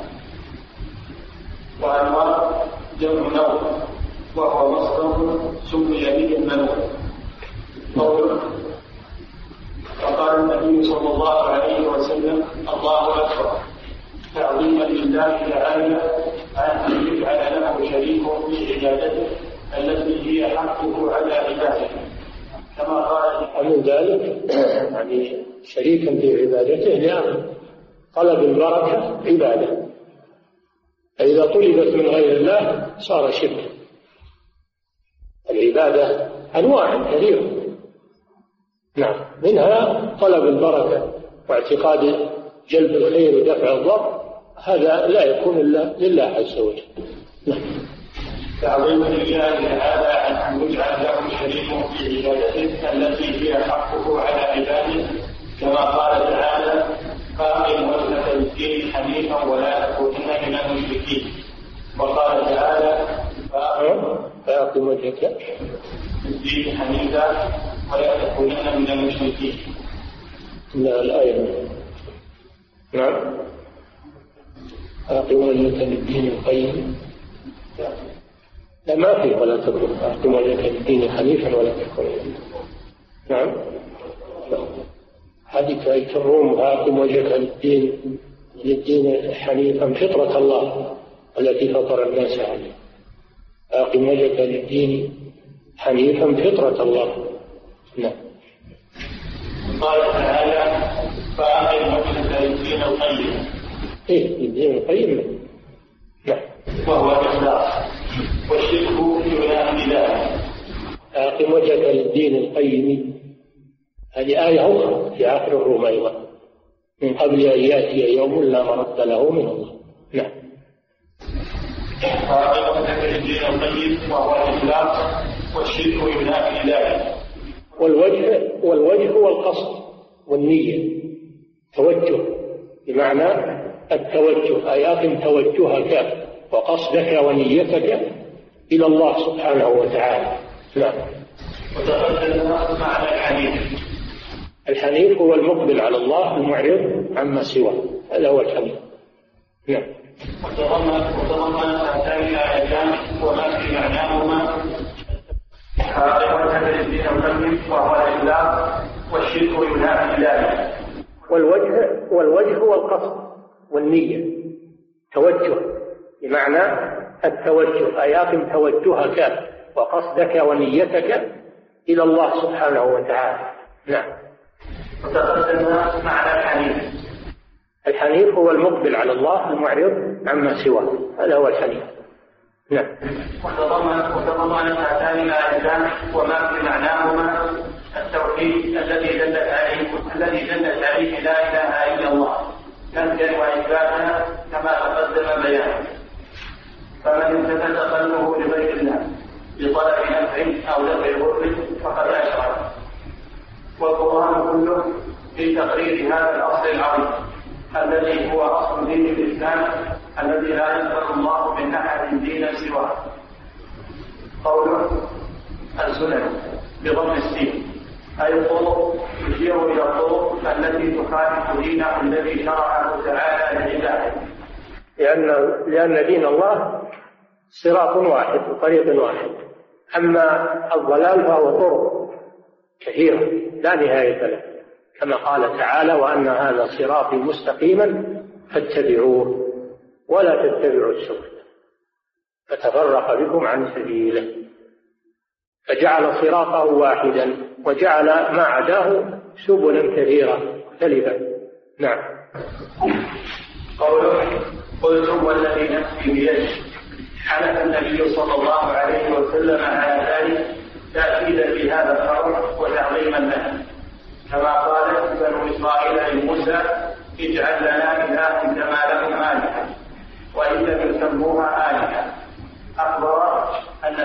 وأنواط جمع نوع وهو مصدر سمي به المنوع. قوله فقال النبي صلى الله عليه وسلم الله أكبر تعظيما لله تعالى أن يجعل له شريك في عبادته التي هي حقه على عباده كما قال من ذلك يعني شريكا في عبادته لأن طلب البركة عبادة، فإذا طلبت من غير الله صار شرك. العبادة أنواع كثيرة، نعم، منها طلب البركة واعتقاد جلب الخير ودفع الضر، هذا لا يكون إلا لله عز وجل. نعم. تعظيما لله تعالى أن يجعل له شريك في عبادته التي هي حقه على عباده كما قال تعالى فأقم وجهك للدين حنيفا ولا تكونن من المشركين. وقال تعالى فأقم وجهك للدين حنيفا ولا تكونن من المشركين. لا الآية نعم فأقم وجهك للدين القيم لا ما فيه ولا تكن فأقم وجهك للدين حنيفا ولا تكن. نعم هذه آية الروم فأقم وجهك للدين حنيفا فطرة الله التي فطر الناس عليها. فأقم وجهك للدين حنيفا فطرة الله. نعم. قال تعالى فأقم وجهك للدين القيم. للدين القيم. نعم. وهو الإخلاص والشرك ينافي ذلك. أقم وجهك للدين القيم هذه آية أخرى في آخر الروم أيضا من قبل أن يأتي يوم لا مرد له من الله. نعم. فأقم وجهك للدين القيم وهو الإخلاص والشرك ينافي ذلك. والوجه هو القصد والنية، توجه بمعنى التوجه أي أقم توجهك وقصدك ونيتك إلى الله سبحانه وتعالى. نعم. وتقدم معنى الحنيف. الحنيف هو المقبل على الله المعرض عما سواه، هذا هو الحنيف. نعم. وتضمن هاتان الآيتان وما في معناهما حقيقة للدين القيم وهو الإخلاص والشرك ينافي ذلك. والوجه هو القصد والنية، توجه بمعنى التوجه أي أقم توجهك وقصدك ونيتك إلى الله سبحانه وتعالى. نعم. وتقدم معنى الحنيف. الحنيف هو المقبل على الله المعرض عما سواه، هذا هو الحنيف. نعم. وتضمن هاتان الآيتان وما في معناهما التوحيد الذي دلت عليه لا إله إلا الله نفيا وإثباتا كما تقدم بيانه. فمن التفت قلبه لغير الله بطلب نفع أو دفع ضر فقد أشرك. والقرآن كله في تقرير هذا الأصل العظيم الذي هو أصل دين الإسلام الذي لا يقبل الله من أحد دينا سواه. قوله السنن بضم السين أي الطرق يشير إلى الطرق التي تخالف دينه الذي شرعه تعالى لعباده، لأن دين الله صراط واحد وطريق واحد، أما الضلال فهو طرق كثيرة لا نهاية له، كما قال تعالى وأن هذا صراطي مستقيما فاتبعوه ولا تتبعوا السبل فتفرق بكم عن سبيله. فجعل صراطه واحدا وجعل ما عداه سبلا كثيرة مختلفة. نعم. قوله قلت والذي نفسي بيده، حلف النبي صلى الله عليه وسلم على ذلك تأكيدا بهذا الحرم وتعظيما له، كما قالت بنو إسرائيل لموسى اجعل لنا إلها كما لهم آلهة وإن لم يسموها آلهة. أخبر أن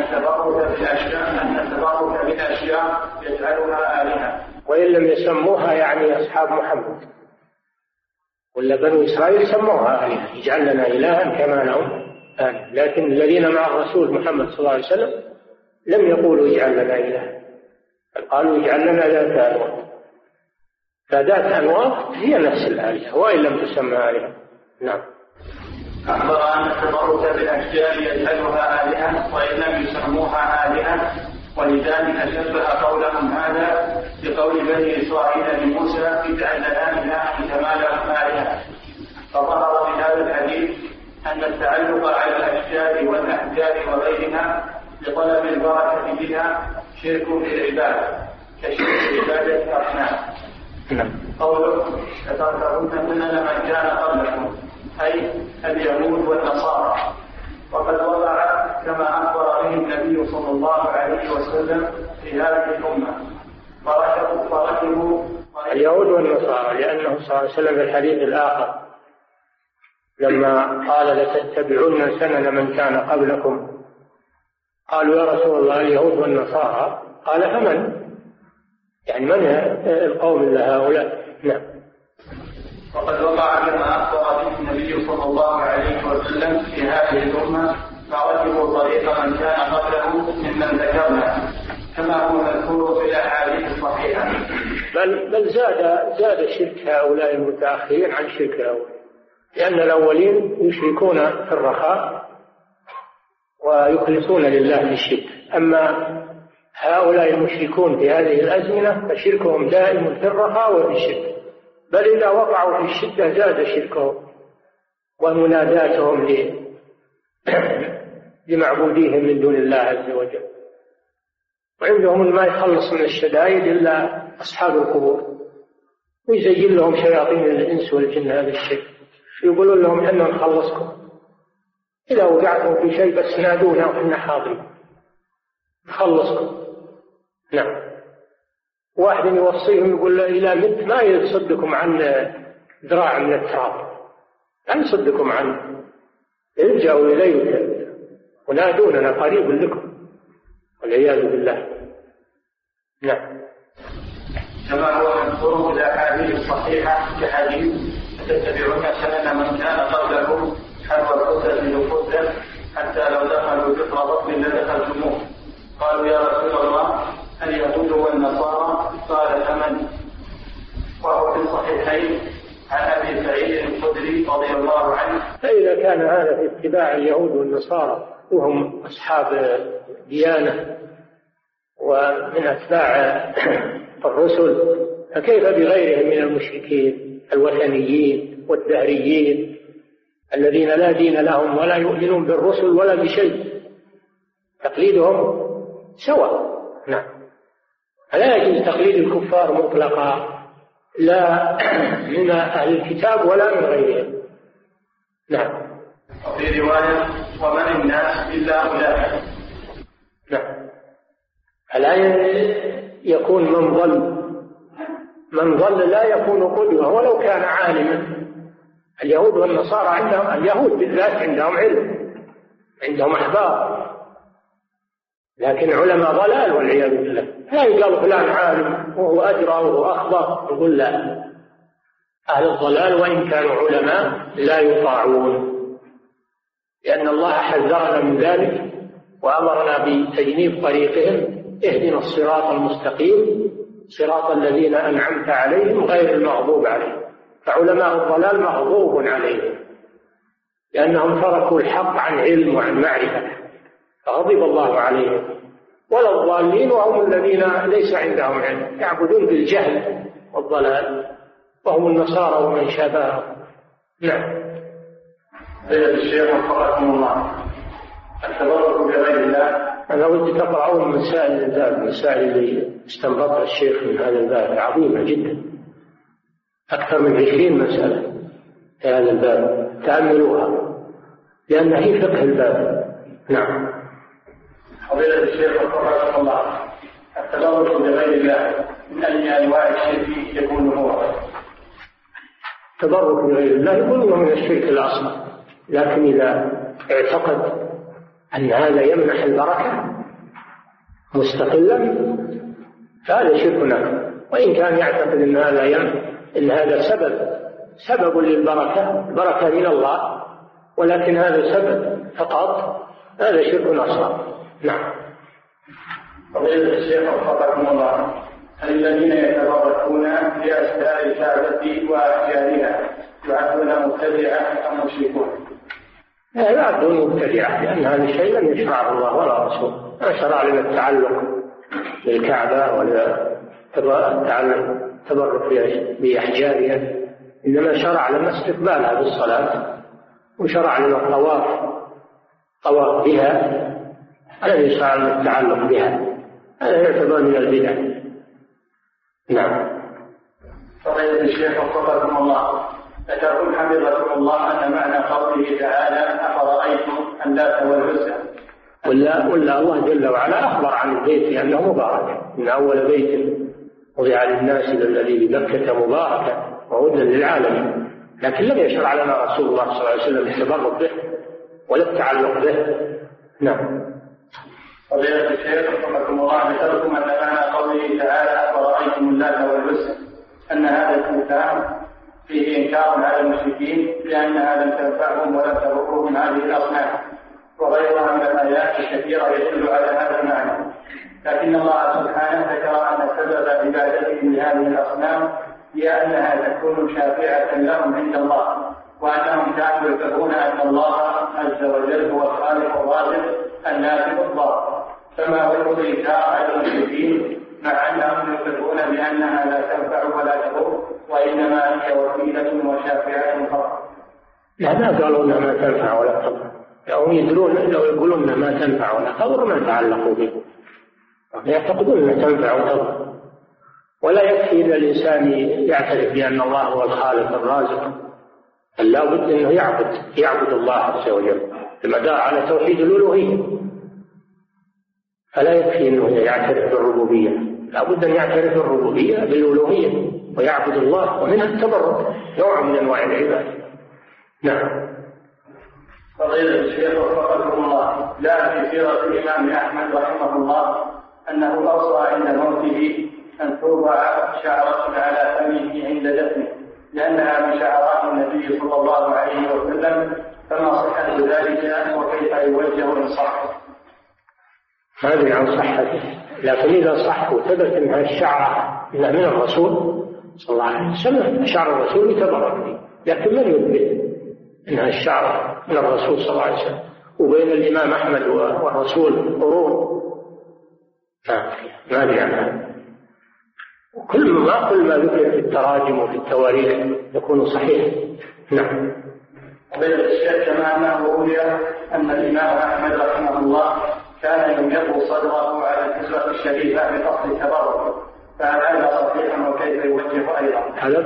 التبرك بالأشياء يجعلها آلهة، وإن لم يسموها يعني أصحاب محمد، ولا بنو إسرائيل سموها آلهة، يجعل لنا إلها كما لهم آلهة، لكن الذين مع الرسول محمد صلى الله عليه وسلم لم يقولوا اجعل لنا إلها، قالوا اجعل لنا ذات أنواط، فذات أنواط هي نفس الآلهة وإن لم تسمى آلهة. نعم. أخبر أن التبرك بالأشجار يجعلها آلهة وإن لم يسموها آلهة، ولذلك شبه قولهم هذا بقول بني إسرائيل لموسى اجعل لنا إلها كما لهم آلهة. فظهر بهذا الحديث أن التعلق على الأشجار والأحجار وغيرها لطلب البركة بها شرك في العبادة كشرك عبادة الأصنام. قوله لتركبن سنن من كان قبلكم أي اليهود والنصارى، وقد وقع كما أخبر به النبي صلى الله عليه وسلم في هذه الأمة فركبوا اليهود والنصارى، لأنه صلى الله عليه وسلم في الحديث الآخر لما قال لتتبعون سنن من كان قبلكم قالوا يا رسول الله اليهود والنصارى، قال فمن؟ يعني من القوم إلا هؤلاء؟ نعم. وقد وقع كما أخبر به النبي صلى الله عليه وسلم في هذه الأمة فركبوا طريق من كان قبله ممن ذكرنا كما هو مذكور في الأحاديث الصحيحة. بل زاد شرك هؤلاء المتأخرين عن شرك هؤلاء، لأن الأولين يشركون في الرخاء ويخلصون لله بالشرك، أما هؤلاء المشركون في هذه الأزمنة فشركهم دائم في الرخاء وفي الشرك، بل إذا وقعوا في الشدة زاد شركهم ومناداتهم لمعبوديهم من دون الله عز وجل. وعندهم ما يخلص من الشدائد إلا أصحاب القبور، ويزين لهم شياطين الإنس والجن هذا الشيء، يقولون لهم إحنا نخلصكم إذا وقعتم في شيء بس نادونا وإحنا حاضرين نخلصكم. نعم. واحد يوصيهم يقول له إلى مت ما يصدكم عن ذراع من التراب، لا يصدكم عنه، ارجعوا إليه ونادوننا قريب لكم، والعياذ بالله. نعم. كما هو مذكور في الأحاديث الصحيحة كحديث تتبعون سنن من كان قبلكم حذو القتل بالقتل حتى لو دخلوا جحر بطن لدخلتموه. قالوا يا رسول الله اليهود والنصارى؟ قال فمن؟ وهو في الصحيحين عن أبي سعيد الخدري رضي الله عنه. فإذا كان هذا في اتباع اليهود والنصارى وهم أصحاب ديانة ومن أتباع الرسل، فكيف بغيرهم من المشركين الوثنيين والدهريين الذين لا دين لهم ولا يؤمنون بالرسل ولا بشيء، تقليدهم سواء. نعم. لا يجوز تقليد الكفار مطلقا، لا من أهل الكتاب ولا من غيرهم. نعم. وفي رواية ومن الناس إلا أولئك. نعم. الآن يكون من ضل لا يكون قدوة ولو كان عالما. اليهود والنصارى عندهم، اليهود بالذات عندهم علم، عندهم أحبار، لكن علماء ضلال والعياذ بالله. لا يقال فلان عالم وهو أدرى وهو أخبر، يقول لا، أهل الضلال وإن كانوا علماء لا يطاعون، لأن الله حذرنا من ذلك وأمرنا بتجنيب طريقهم. اهدنا الصراط المستقيم صراط الذين أنعمت عليهم غير المغضوب عليهم. فعلماء الضلال مغضوب عليهم لأنهم تركوا الحق عن علم وعن معرفة، فغضب الله عليهم. ولا الضالين وهم الذين ليس عندهم علم، يعبدون بالجهل والضلال، وهم النصارى ومن شابههم. نعم. الشيخ وفقكم الله، التبرك بغير الله أنا ودي تقرأون مسائل الباب، مسائل اللي استنبطها الشيخ من هذا الباب عظيمة جدا، أكثر من 20 مسألة في هذا الباب، تأملوها لأن هي فقه الباب. نعم. فضيلة الشيخ وفقكم الله، التبرك بغير الله من أي أنواع الشرك يكون هو؟ التبرك بغير الله يكون من الشرك الأصغر، لكن إذا اعتقد أن هذا يمنح البركة مستقلا فهذا شرك أكبر، وإن كان يعتقد أن هذا سبب للبركة، البركة من الله، ولكن هذا سبب فقط، هذا شرك أصغر. نعم. فضيلة الشيخ وفقكم الله، هل الذين يتبركون بأشجار الكعبة وأشجارها يعدون مبتدعة أم مشركون؟ لا يعدون مبتدعة، لأن هذا الشيء لم يشرعه الله ولا رسوله، ما شرع لنا التعلق بالكعبة ولا التبرك بأحجارها، إنما شرع لنا استقبالها بالصلاة، وشرع لنا الطواف بها، الذي يشرع لنا التعلق بها، هذا يعتبر من البدع. نعم. فضيلة الشيخ وفقكم الله، ذكرتم حفظكم الله أن معنى قوله تعالى أفرأيتم اللات والعزى، ولا الله جل وعلا أخبر عن البيت لأنه مبارك، إن أول بيت وضع للناس الذي بمكة مباركا وهدى للعالمين، لكن لم يشرع لنا رسول الله صلى الله عليه وسلم التبرك به ولا التعلق به. نعم. فضيلة الشيخ وفقكم الله، ذكرتم أن معنى قوله تعالى أفرأيتم اللات والعزى أن هذا الاستفهام فيه إنكار على المشركين لأنها لم تنفعهم ولم تضرهم هذه الأصنام، وغيرها من الآيات الكثيرة يدل على هذا المعنى، لكن الله سبحانه ذكر أن سبب عبادتهم لهذه الأصنام هي أنها تكون شافعة لهم عند الله، وأنهم كانوا يفهمون أن الله عز وجل هو الخالق الرازق النافع الضار، فما هو الإنكار على المشركين مع أنهم يفهمون بأنها لا تنفع ولا تضر، وإنما هي وسيلة وشافعة فقط؟ لا، ما قالوا أنها ما تنفع ولا تضر، هم يدرون لو يقولون أنها ما تنفع ولا تضر ما تعلقوا به، يعتقدون أنها تنفع وتضر. ولا يكفي إذا الإنسان يعترف بأن الله هو الخالق الرازق، بل لا بد أنه يعبد الله عز وجل المدار على توحيد الألوهية، فلا يكفي أنه يعترف بالربوبية، لا بد أن يعترف بالربوبية بالألوهية ويعبد الله، ومنها التبرك نوع من أنواع العبادة. نعم. فضيلة الشيخ وفقكم الله، جاء في سيرة الإمام أحمد رحمه الله أنه أوصى عند موته أن توضع شعرة على فمه عند دفنه لأنها من شعرات النبي صلى الله عليه وسلم، فما صحة ذلك وكيف يوجه إن صح؟ ما أدري عن صحته، لكن إذا صح وثبت أنها الشعرة من الرسول صلى الله عليه وسلم، شعر الرسول يتبرك به، لكن من يثبت أنها الشعرة من الرسول صلى الله عليه وسلم؟ وبين الإمام أحمد والرسول قرون، ما أدري عن هذا. كل ما ذكر في التراجم وفي التواريخ يكون صحيح. نعم. قبل الشيخ كما أنه روي أن الإمام أحمد رحمه الله كان يميض صدره على الكسوة الشريفة بقصد التبرك، فهل هذا صحيح وكيف يوجه أيضا؟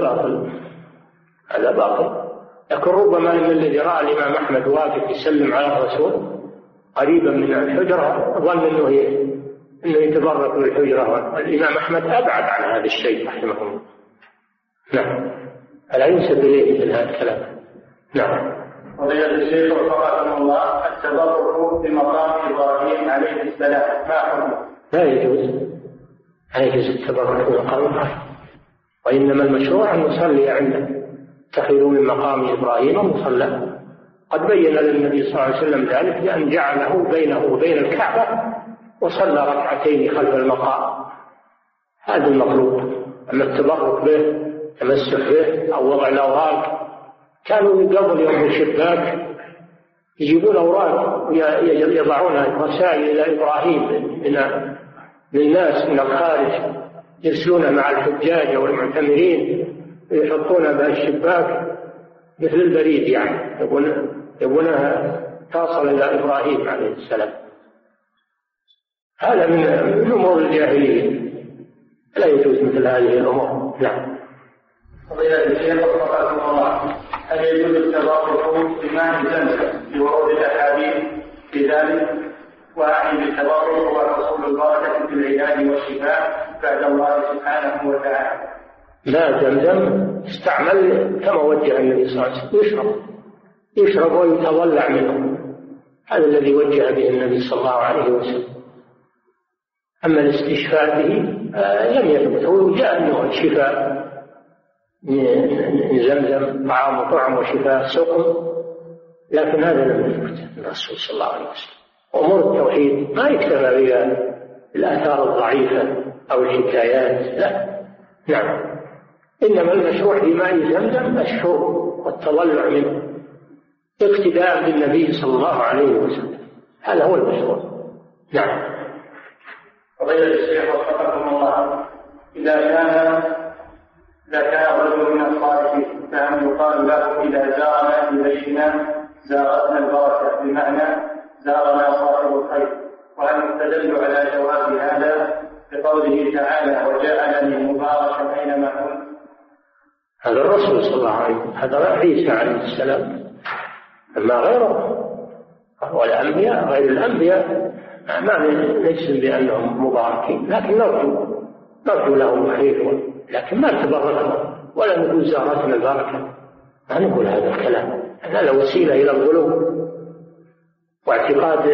هذا باطل، لكن ربما من الذي رأى الإمام أحمد واقف يسلم على الرسول قريبا من الحجرة ظن أنه يتبرك بالحجرة، والإمام أحمد أبعد عن هذا الشيء رحمه الله. نعم. ألا ينسب إليه مثل هذا الكلام. نعم. فضيلة الشيخ وفقكم الله، التبرك بمقام إبراهيم عليه السلام ما حكمه؟ لا يجوز التبرك بمقام إبراهيم، وإنما المشروع أن نصلي عنده، اتخذوا من مقام إبراهيم مصلى. قد بين للنبي صلى الله عليه وسلم ذلك بأن جعله بينه وبين الكعبة وصلى ركعتين خلف المقام، هذا المطلوب. أما التبرك به تمسك به أو وضع الأوراق، كانوا قبل يوم الشباك يجيبون أوراق ويضعون رسائل إلى إبراهيم من الناس من الخارج، يرسلونها مع الحجاج والمعتمرين ويحطونها بها الشباك مثل البريد، يعني يبونها تصل إلى إبراهيم عليه السلام. هذا من أمور الجاهلية، لا يجوز مثل هذه الأمور. نعم. فضيلة الشيخ وفقكم الله، هل يجوز التبرك بماء زمزم لورود الأحاديث في ذلك؟ وأعني بالتبرك هو حصول البركة في العلاج والشفاء بعد الله سبحانه وتعالى. ماء زمزم استعمل كما وجه النبي صلى الله عليه وسلم، يشرب ويتضلع منه، هذا الذي وجه به النبي صلى الله عليه وسلم. أما الاستشفاء به لم يثبت، وجاء أنه الشفاء من زمزم طعام وطعم وشفاء سقم، لكن هذا لم يثبت الرسول صلى الله عليه وسلم. أمور التوحيد ما يكتفى بها الآثار الضعيفة أو الحكايات، لا. نعم. إنما المشروع بماء زمزم الشرب والتضلع منه اقتداء بالنبي صلى الله عليه وسلم، هذا هو المشروع. نعم. فضيلة الشيخ وفقكم الله، إذا كان رجل من الصالحين فهل يقال له إذا زارنا في بيتنا زارتنا البركة، بمعنى زارنا صاحب الخير؟ وهل يستدل على جواز هذا بقوله تعالى وجعلني مباركا أينما كنت؟ هذا الرسول صلى الله عليه وسلم، هذا عيسى عليه السلام. أما غيره والأنبياء غير الأنبياء ما نجزم بأنهم مباركين، لكن نرجو لهم الخير، لكن ما نتبرك ولا نقول زارتنا البركة، ما نقول هذا الكلام، هذا وسيلة إلى الغلو واعتقاد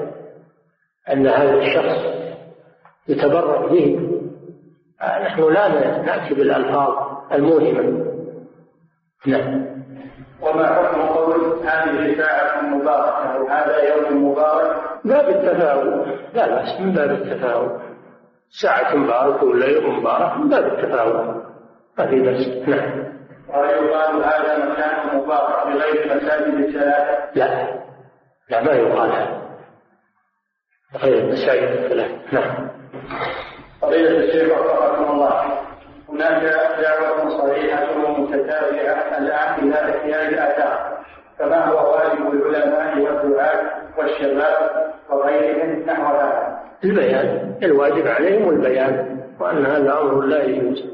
أن هذا الشخص يتبرك به. نحن لا نأتي بالألفاظ الموهمة. نعم. وما حكم قول هذه ساعة مباركة أو هذا يوم مبارك؟ باب التفاؤل، لا بأس من باب التفاؤل، ساعة مباركة ولا يوم مبارك من باب التفاؤل، ما في بأس. نعم. ويقال هذا مكان مبارك بغير مساجد الثلاثة؟ لا ما يقال هذا غير المساجد الثلاثة. نعم. فضيلة الشيخ وفقكم الله، هناك دعوة صريحة ومتتابعة الآن إلى إحياء الآثار، فما هو واجب العلماء والدعاة والشباب وغيرهم نحو هذا؟ البيان، الواجب عليهم البيان، وأن هذا أمر لا يجوز،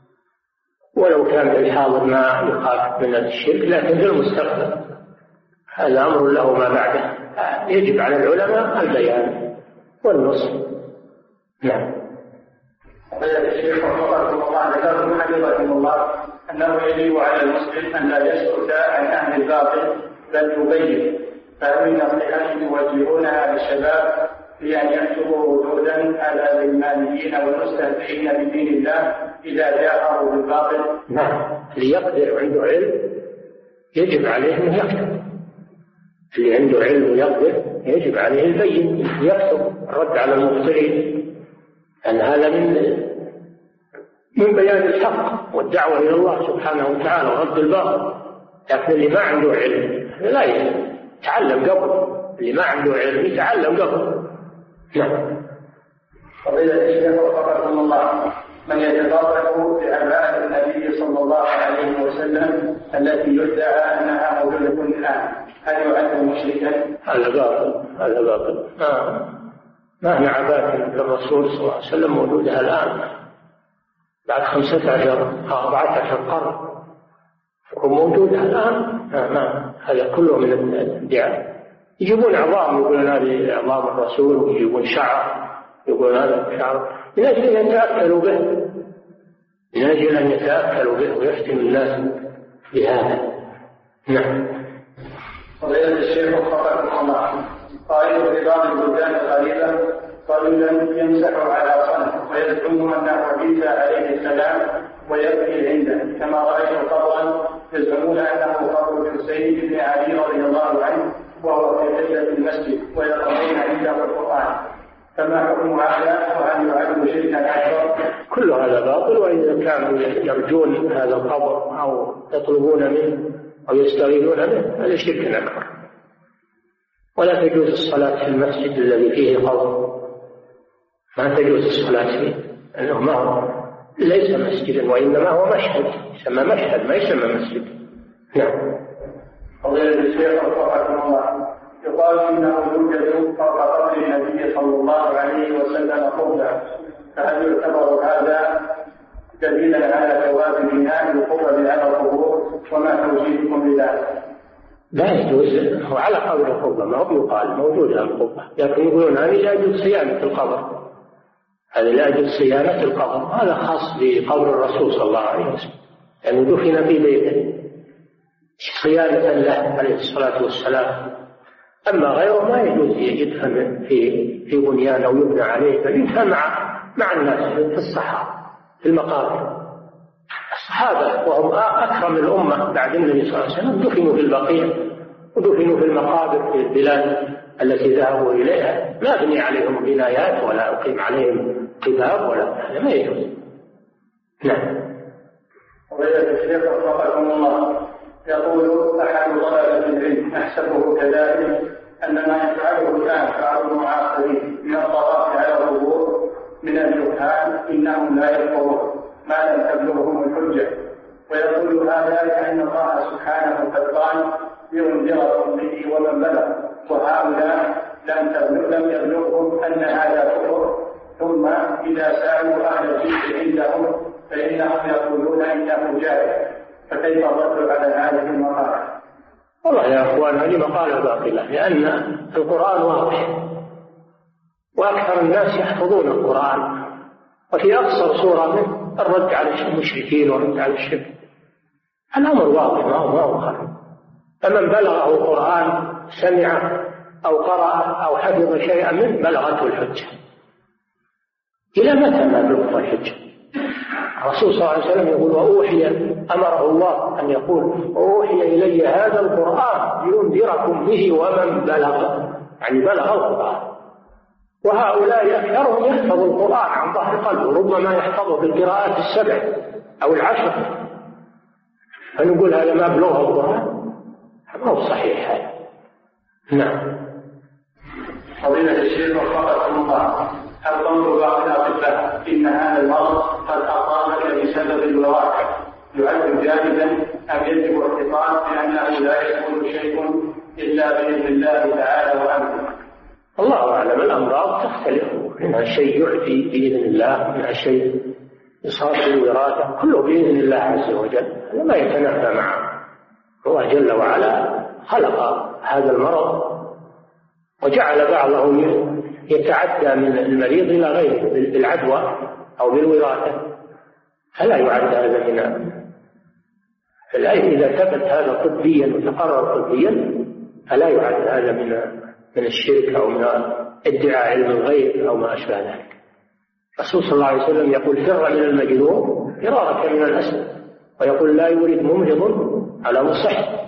ولو كان في الحاضر ما يخاف من الشرك، لكن في المستقبل هذا أمر له ما بعده. يجب على العلماء البيان والنصح. نعم. فضيلة الشيخ وفقكم الله، ذكرتم حفظكم الله أنه يجب على المسلم أن لا يسكت عن أهل الباطل بل يبين، فهل من النصيحة يوجهونها للشباب بأن يكتبوا ردودا على الإيمانيين والمستهزئين بدين الله إذا جاءوا بالباطل؟ نعم. اللي يقدر عنده علم يجب عليه أن يكتب، اللي عنده علم ويقدر يجب عليه البين يكتب الرد على المبطلين، أن هذا من بيان الحق والدعوة إلى الله سبحانه وتعالى ورد الباطل. لكن اللي ما عنده علم لا يتعلم قبل، اللي ما عنده علم يتعلم قبل. نعم. فضيلة الشيخ وفقكم الله، من يتطرق بعباءة النبي صلى الله عليه وسلم التي يدعى أنها موجودة الآن هل يعد مشركا؟ هذا باطل. ما هي عباءة للرسول صلى الله عليه وسلم موجودة الآن بعد 15 أو 14 قرن وموجودة الآن. هذا كله من الادعاء. يجيبون عظام يقولون هذه عظام الرسول، ويجيبون شعر يقولون هذا شعر من أجل أن يتأكلوا به، من أجل أن يتأكلوا به ويفتن الناس بهذا. نعم. فضيلة الشيخ وفقكم الله، قائل ببعض البلدان الغريبة رجلا يمسح على صنم ويزعم أنه عيسى عليه السلام ويبكي عنده، كما رأيت قبرا يزعمون أنه قبر الحسين بن علي رضي الله عنه وهو في قبلة المسجد ويقرؤون عنده القرآن، فما حكم هذا وهل يعد شركا أكبر؟ كل هذا باطل، وإذا كانوا يرجون هذا القبر أو يطلبون منه أو يستغيثون به هذا شرك أكبر. ولا تجوز الصلاة في المسجد الذي فيه قبر، ما تجوز الصلاة فيه، لأنه ما هو ليس مسجدا وإنما هو مشهد، يسمى مشهد ما يسمى مسجد. نعم. فضيلة الشيخ وفقكم الله، يقال إنه يوجد فوق قبر النبي صلى الله عليه وسلم قبة، فهل يعتبر هذا دليلا على جواز بناء القبة على القبور؟ وما توجيهكم لذلك؟ لا يجوز، هو على قبر القبة ما هو يقال موجودة القبة، لكن يقولون هذه لأجل صيانة القبر، هذا لأجل صيانة القبر، هذا خاص بقبر الرسول صلى الله عليه وسلم يعني دفن في بيته صيانة له عليه الصلاة والسلام. أما غيره ما يجوز يدفن في بنيان أو يبنى عليه، بل يدفن مع الناس في الصحراء في المقابر. الصحابة وهم أكرم الأمة بعد النبي صلى الله عليه وسلم دفنوا في البقيع ودفنوا في المقابر في البلاد التي ذهبوا إليها، ما بني عليهم بنايات ولا أقيم عليهم قباب ولا، هذا ما يجوز. نعم. وإذا الشيخ وفقكم الله يقول أحد طلبة العلم أحسبه كذلك أن ما يفعله الآن بعض المعاصرين من الطواف على القبور من الجهال إنهم لا يكفرون ما لم تبلغهم الحجة، ويقول هذا لأن الله سبحانه قد قال لينذركم به ومن بلغ، وهؤلاء لم يبلغهم أن هذا كفر، ثم إذا سألوا أهل الذكر عندهم فإنهم يقولون إنه جاهل، فكيف الرد على هذه المقالة؟ والله يا أخوان هذه مقالة باطلة، لأن القرآن واضح وأكثر الناس يحفظون القرآن، وفي أقصر سورة منه الرد على المشركين والرد على الشرك. الأمر واضح ما هو خفي. فمن بلغه القرآن سمع أو قرأ أو حفظ شيئا منه بلغته الحجة. إلى متى ما بلغت الحجة؟ الرسول صلى الله عليه وسلم يقول وأوحي، أمره الله أن يقول وأوحي إلي هذا القرآن لينذركم به ومن بلغ، يعني بلغ القرآن. وهؤلاء أكثرهم يحفظ القرآن عن ظهر قلبه، ربما يحفظه بالقراءات 7 أو 10، فنقول هذا ما بلغ القرآن؟ ما هو صحيح هذا. نعم. فضيلة الشيخ وفقكم الله، هل تنظر بعض الأطباء إن هذا المرض قد أصابك بسبب الوراثة يعد جانبا أم يجب اعتقاد بأنه لا يكون شيء إلا بإذن الله تعالى وأمره؟ الله أعلم. الأمراض تختلف، منها شيء يعدي بإذن الله، منها شيء يصاب بالوراثة، كله بإذن الله عز وجل، هذا ما يتنافى معه. الله جل وعلا خلق هذا المرض وجعل بعضه يتعدى من المريض إلى غيره بالعدوى أو بالوراثة، فلا يعد هذا من إذا ثبت هذا طبيا وتقرر طبيا فلا يعد هذا من الشرك أو من ادعاء علم الغيب أو ما أشبه ذلك. الرسول صلى الله عليه وسلم يقول فر من المجنون فرارك من الأسد، ويقول لا يورد ممرض على مصح.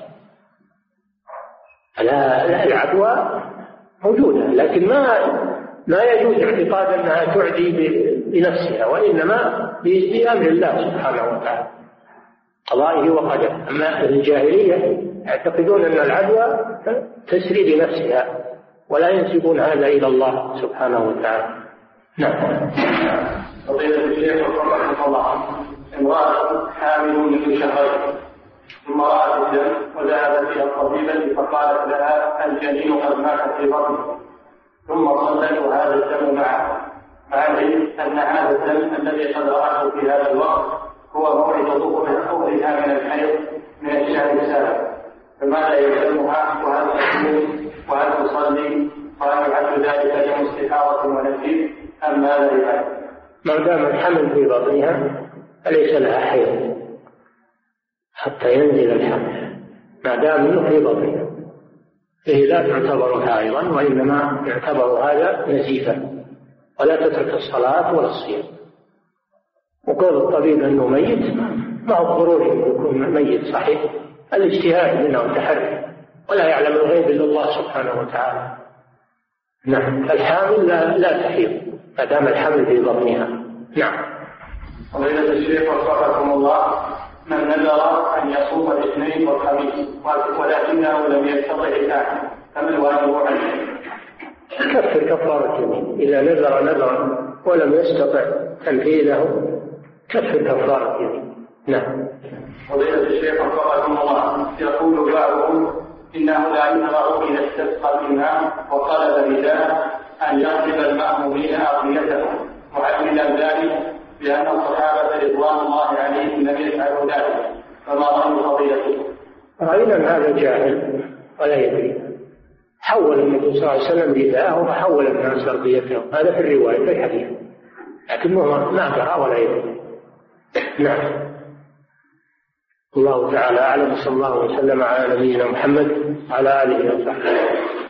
العدوى موجودة، لكن ما يجوز اعتقاد أنها تعدي بنفسها، وإنما بأمر الله سبحانه وتعالى قضائه وقدره. أما الجاهلية يعتقدون أن العدوى تسري بنفسها ولا ينسبون هذا إلى الله سبحانه وتعالى. نعم. فضيلة الشيخ وفقكم الله، امرأة حامل من شهرين ثم رأت الدم وذهبت إلى الطبيبة فقالت لها الجنين قد مات في بطنه، ثم صلت وهذا الدم معه، مع العلم أن هذا الدم الذي قد رأته في هذا الوقت هو موعد ظهورها من الحيض من الشهر السابق، فماذا يلزمها وهل تحمل وهل تصلي وهل يعد ذلك دم استحاضة ونزيف أم ماذا يفعل؟ ما دام الحمل في بطنها فليس لها حيض حتى ينزل الحمل، ما دام منه في بطنها فهي لا تعتبر حائضا، وإنما يعتبر هذا نزيفا، ولا تترك الصلاة ولا الصيام. وقول الطبيب أنه ميت ما هو ضروري يكون ميت صحيح، الاجتهاد منه والتحري، ولا يعلم الغيب إلا الله سبحانه وتعالى. نعم. الحامل لا تحيض ما دام الحمل في بطنها. نعم. فضيلة الشيخ وفقكم الله، من نذر أن يصوم الاثنين والخميس ولكنه لم يستطع ذلك فما الواجب عليه؟ كفر كفارة يمين. إذا نذر ولم يستطع تنفيذه كفر كفارة يمين. نعم. فضيلة الشيخ وفقكم الله، يقول بعضهم إنه لا يشرع إذا استسقى الإمام وطلب نداء أن يغلب المأمومين أغنيتهم، معللا ذلك لأن الصحابة رضوان الله عليهم لم يفعلوا ذلك، فما ظن فضيلته؟ رأينا هذا جاهل ولا يدري. حول النبي صلى الله عليه وسلم رداءه وحول الناس أرضيتهم، هذا في الرواية في الحديث، لكنه ما درى ولا يدري. نعم. الله تعالى أعلم، صلى الله وسلم على نبينا محمد وعلى آله وصحبه.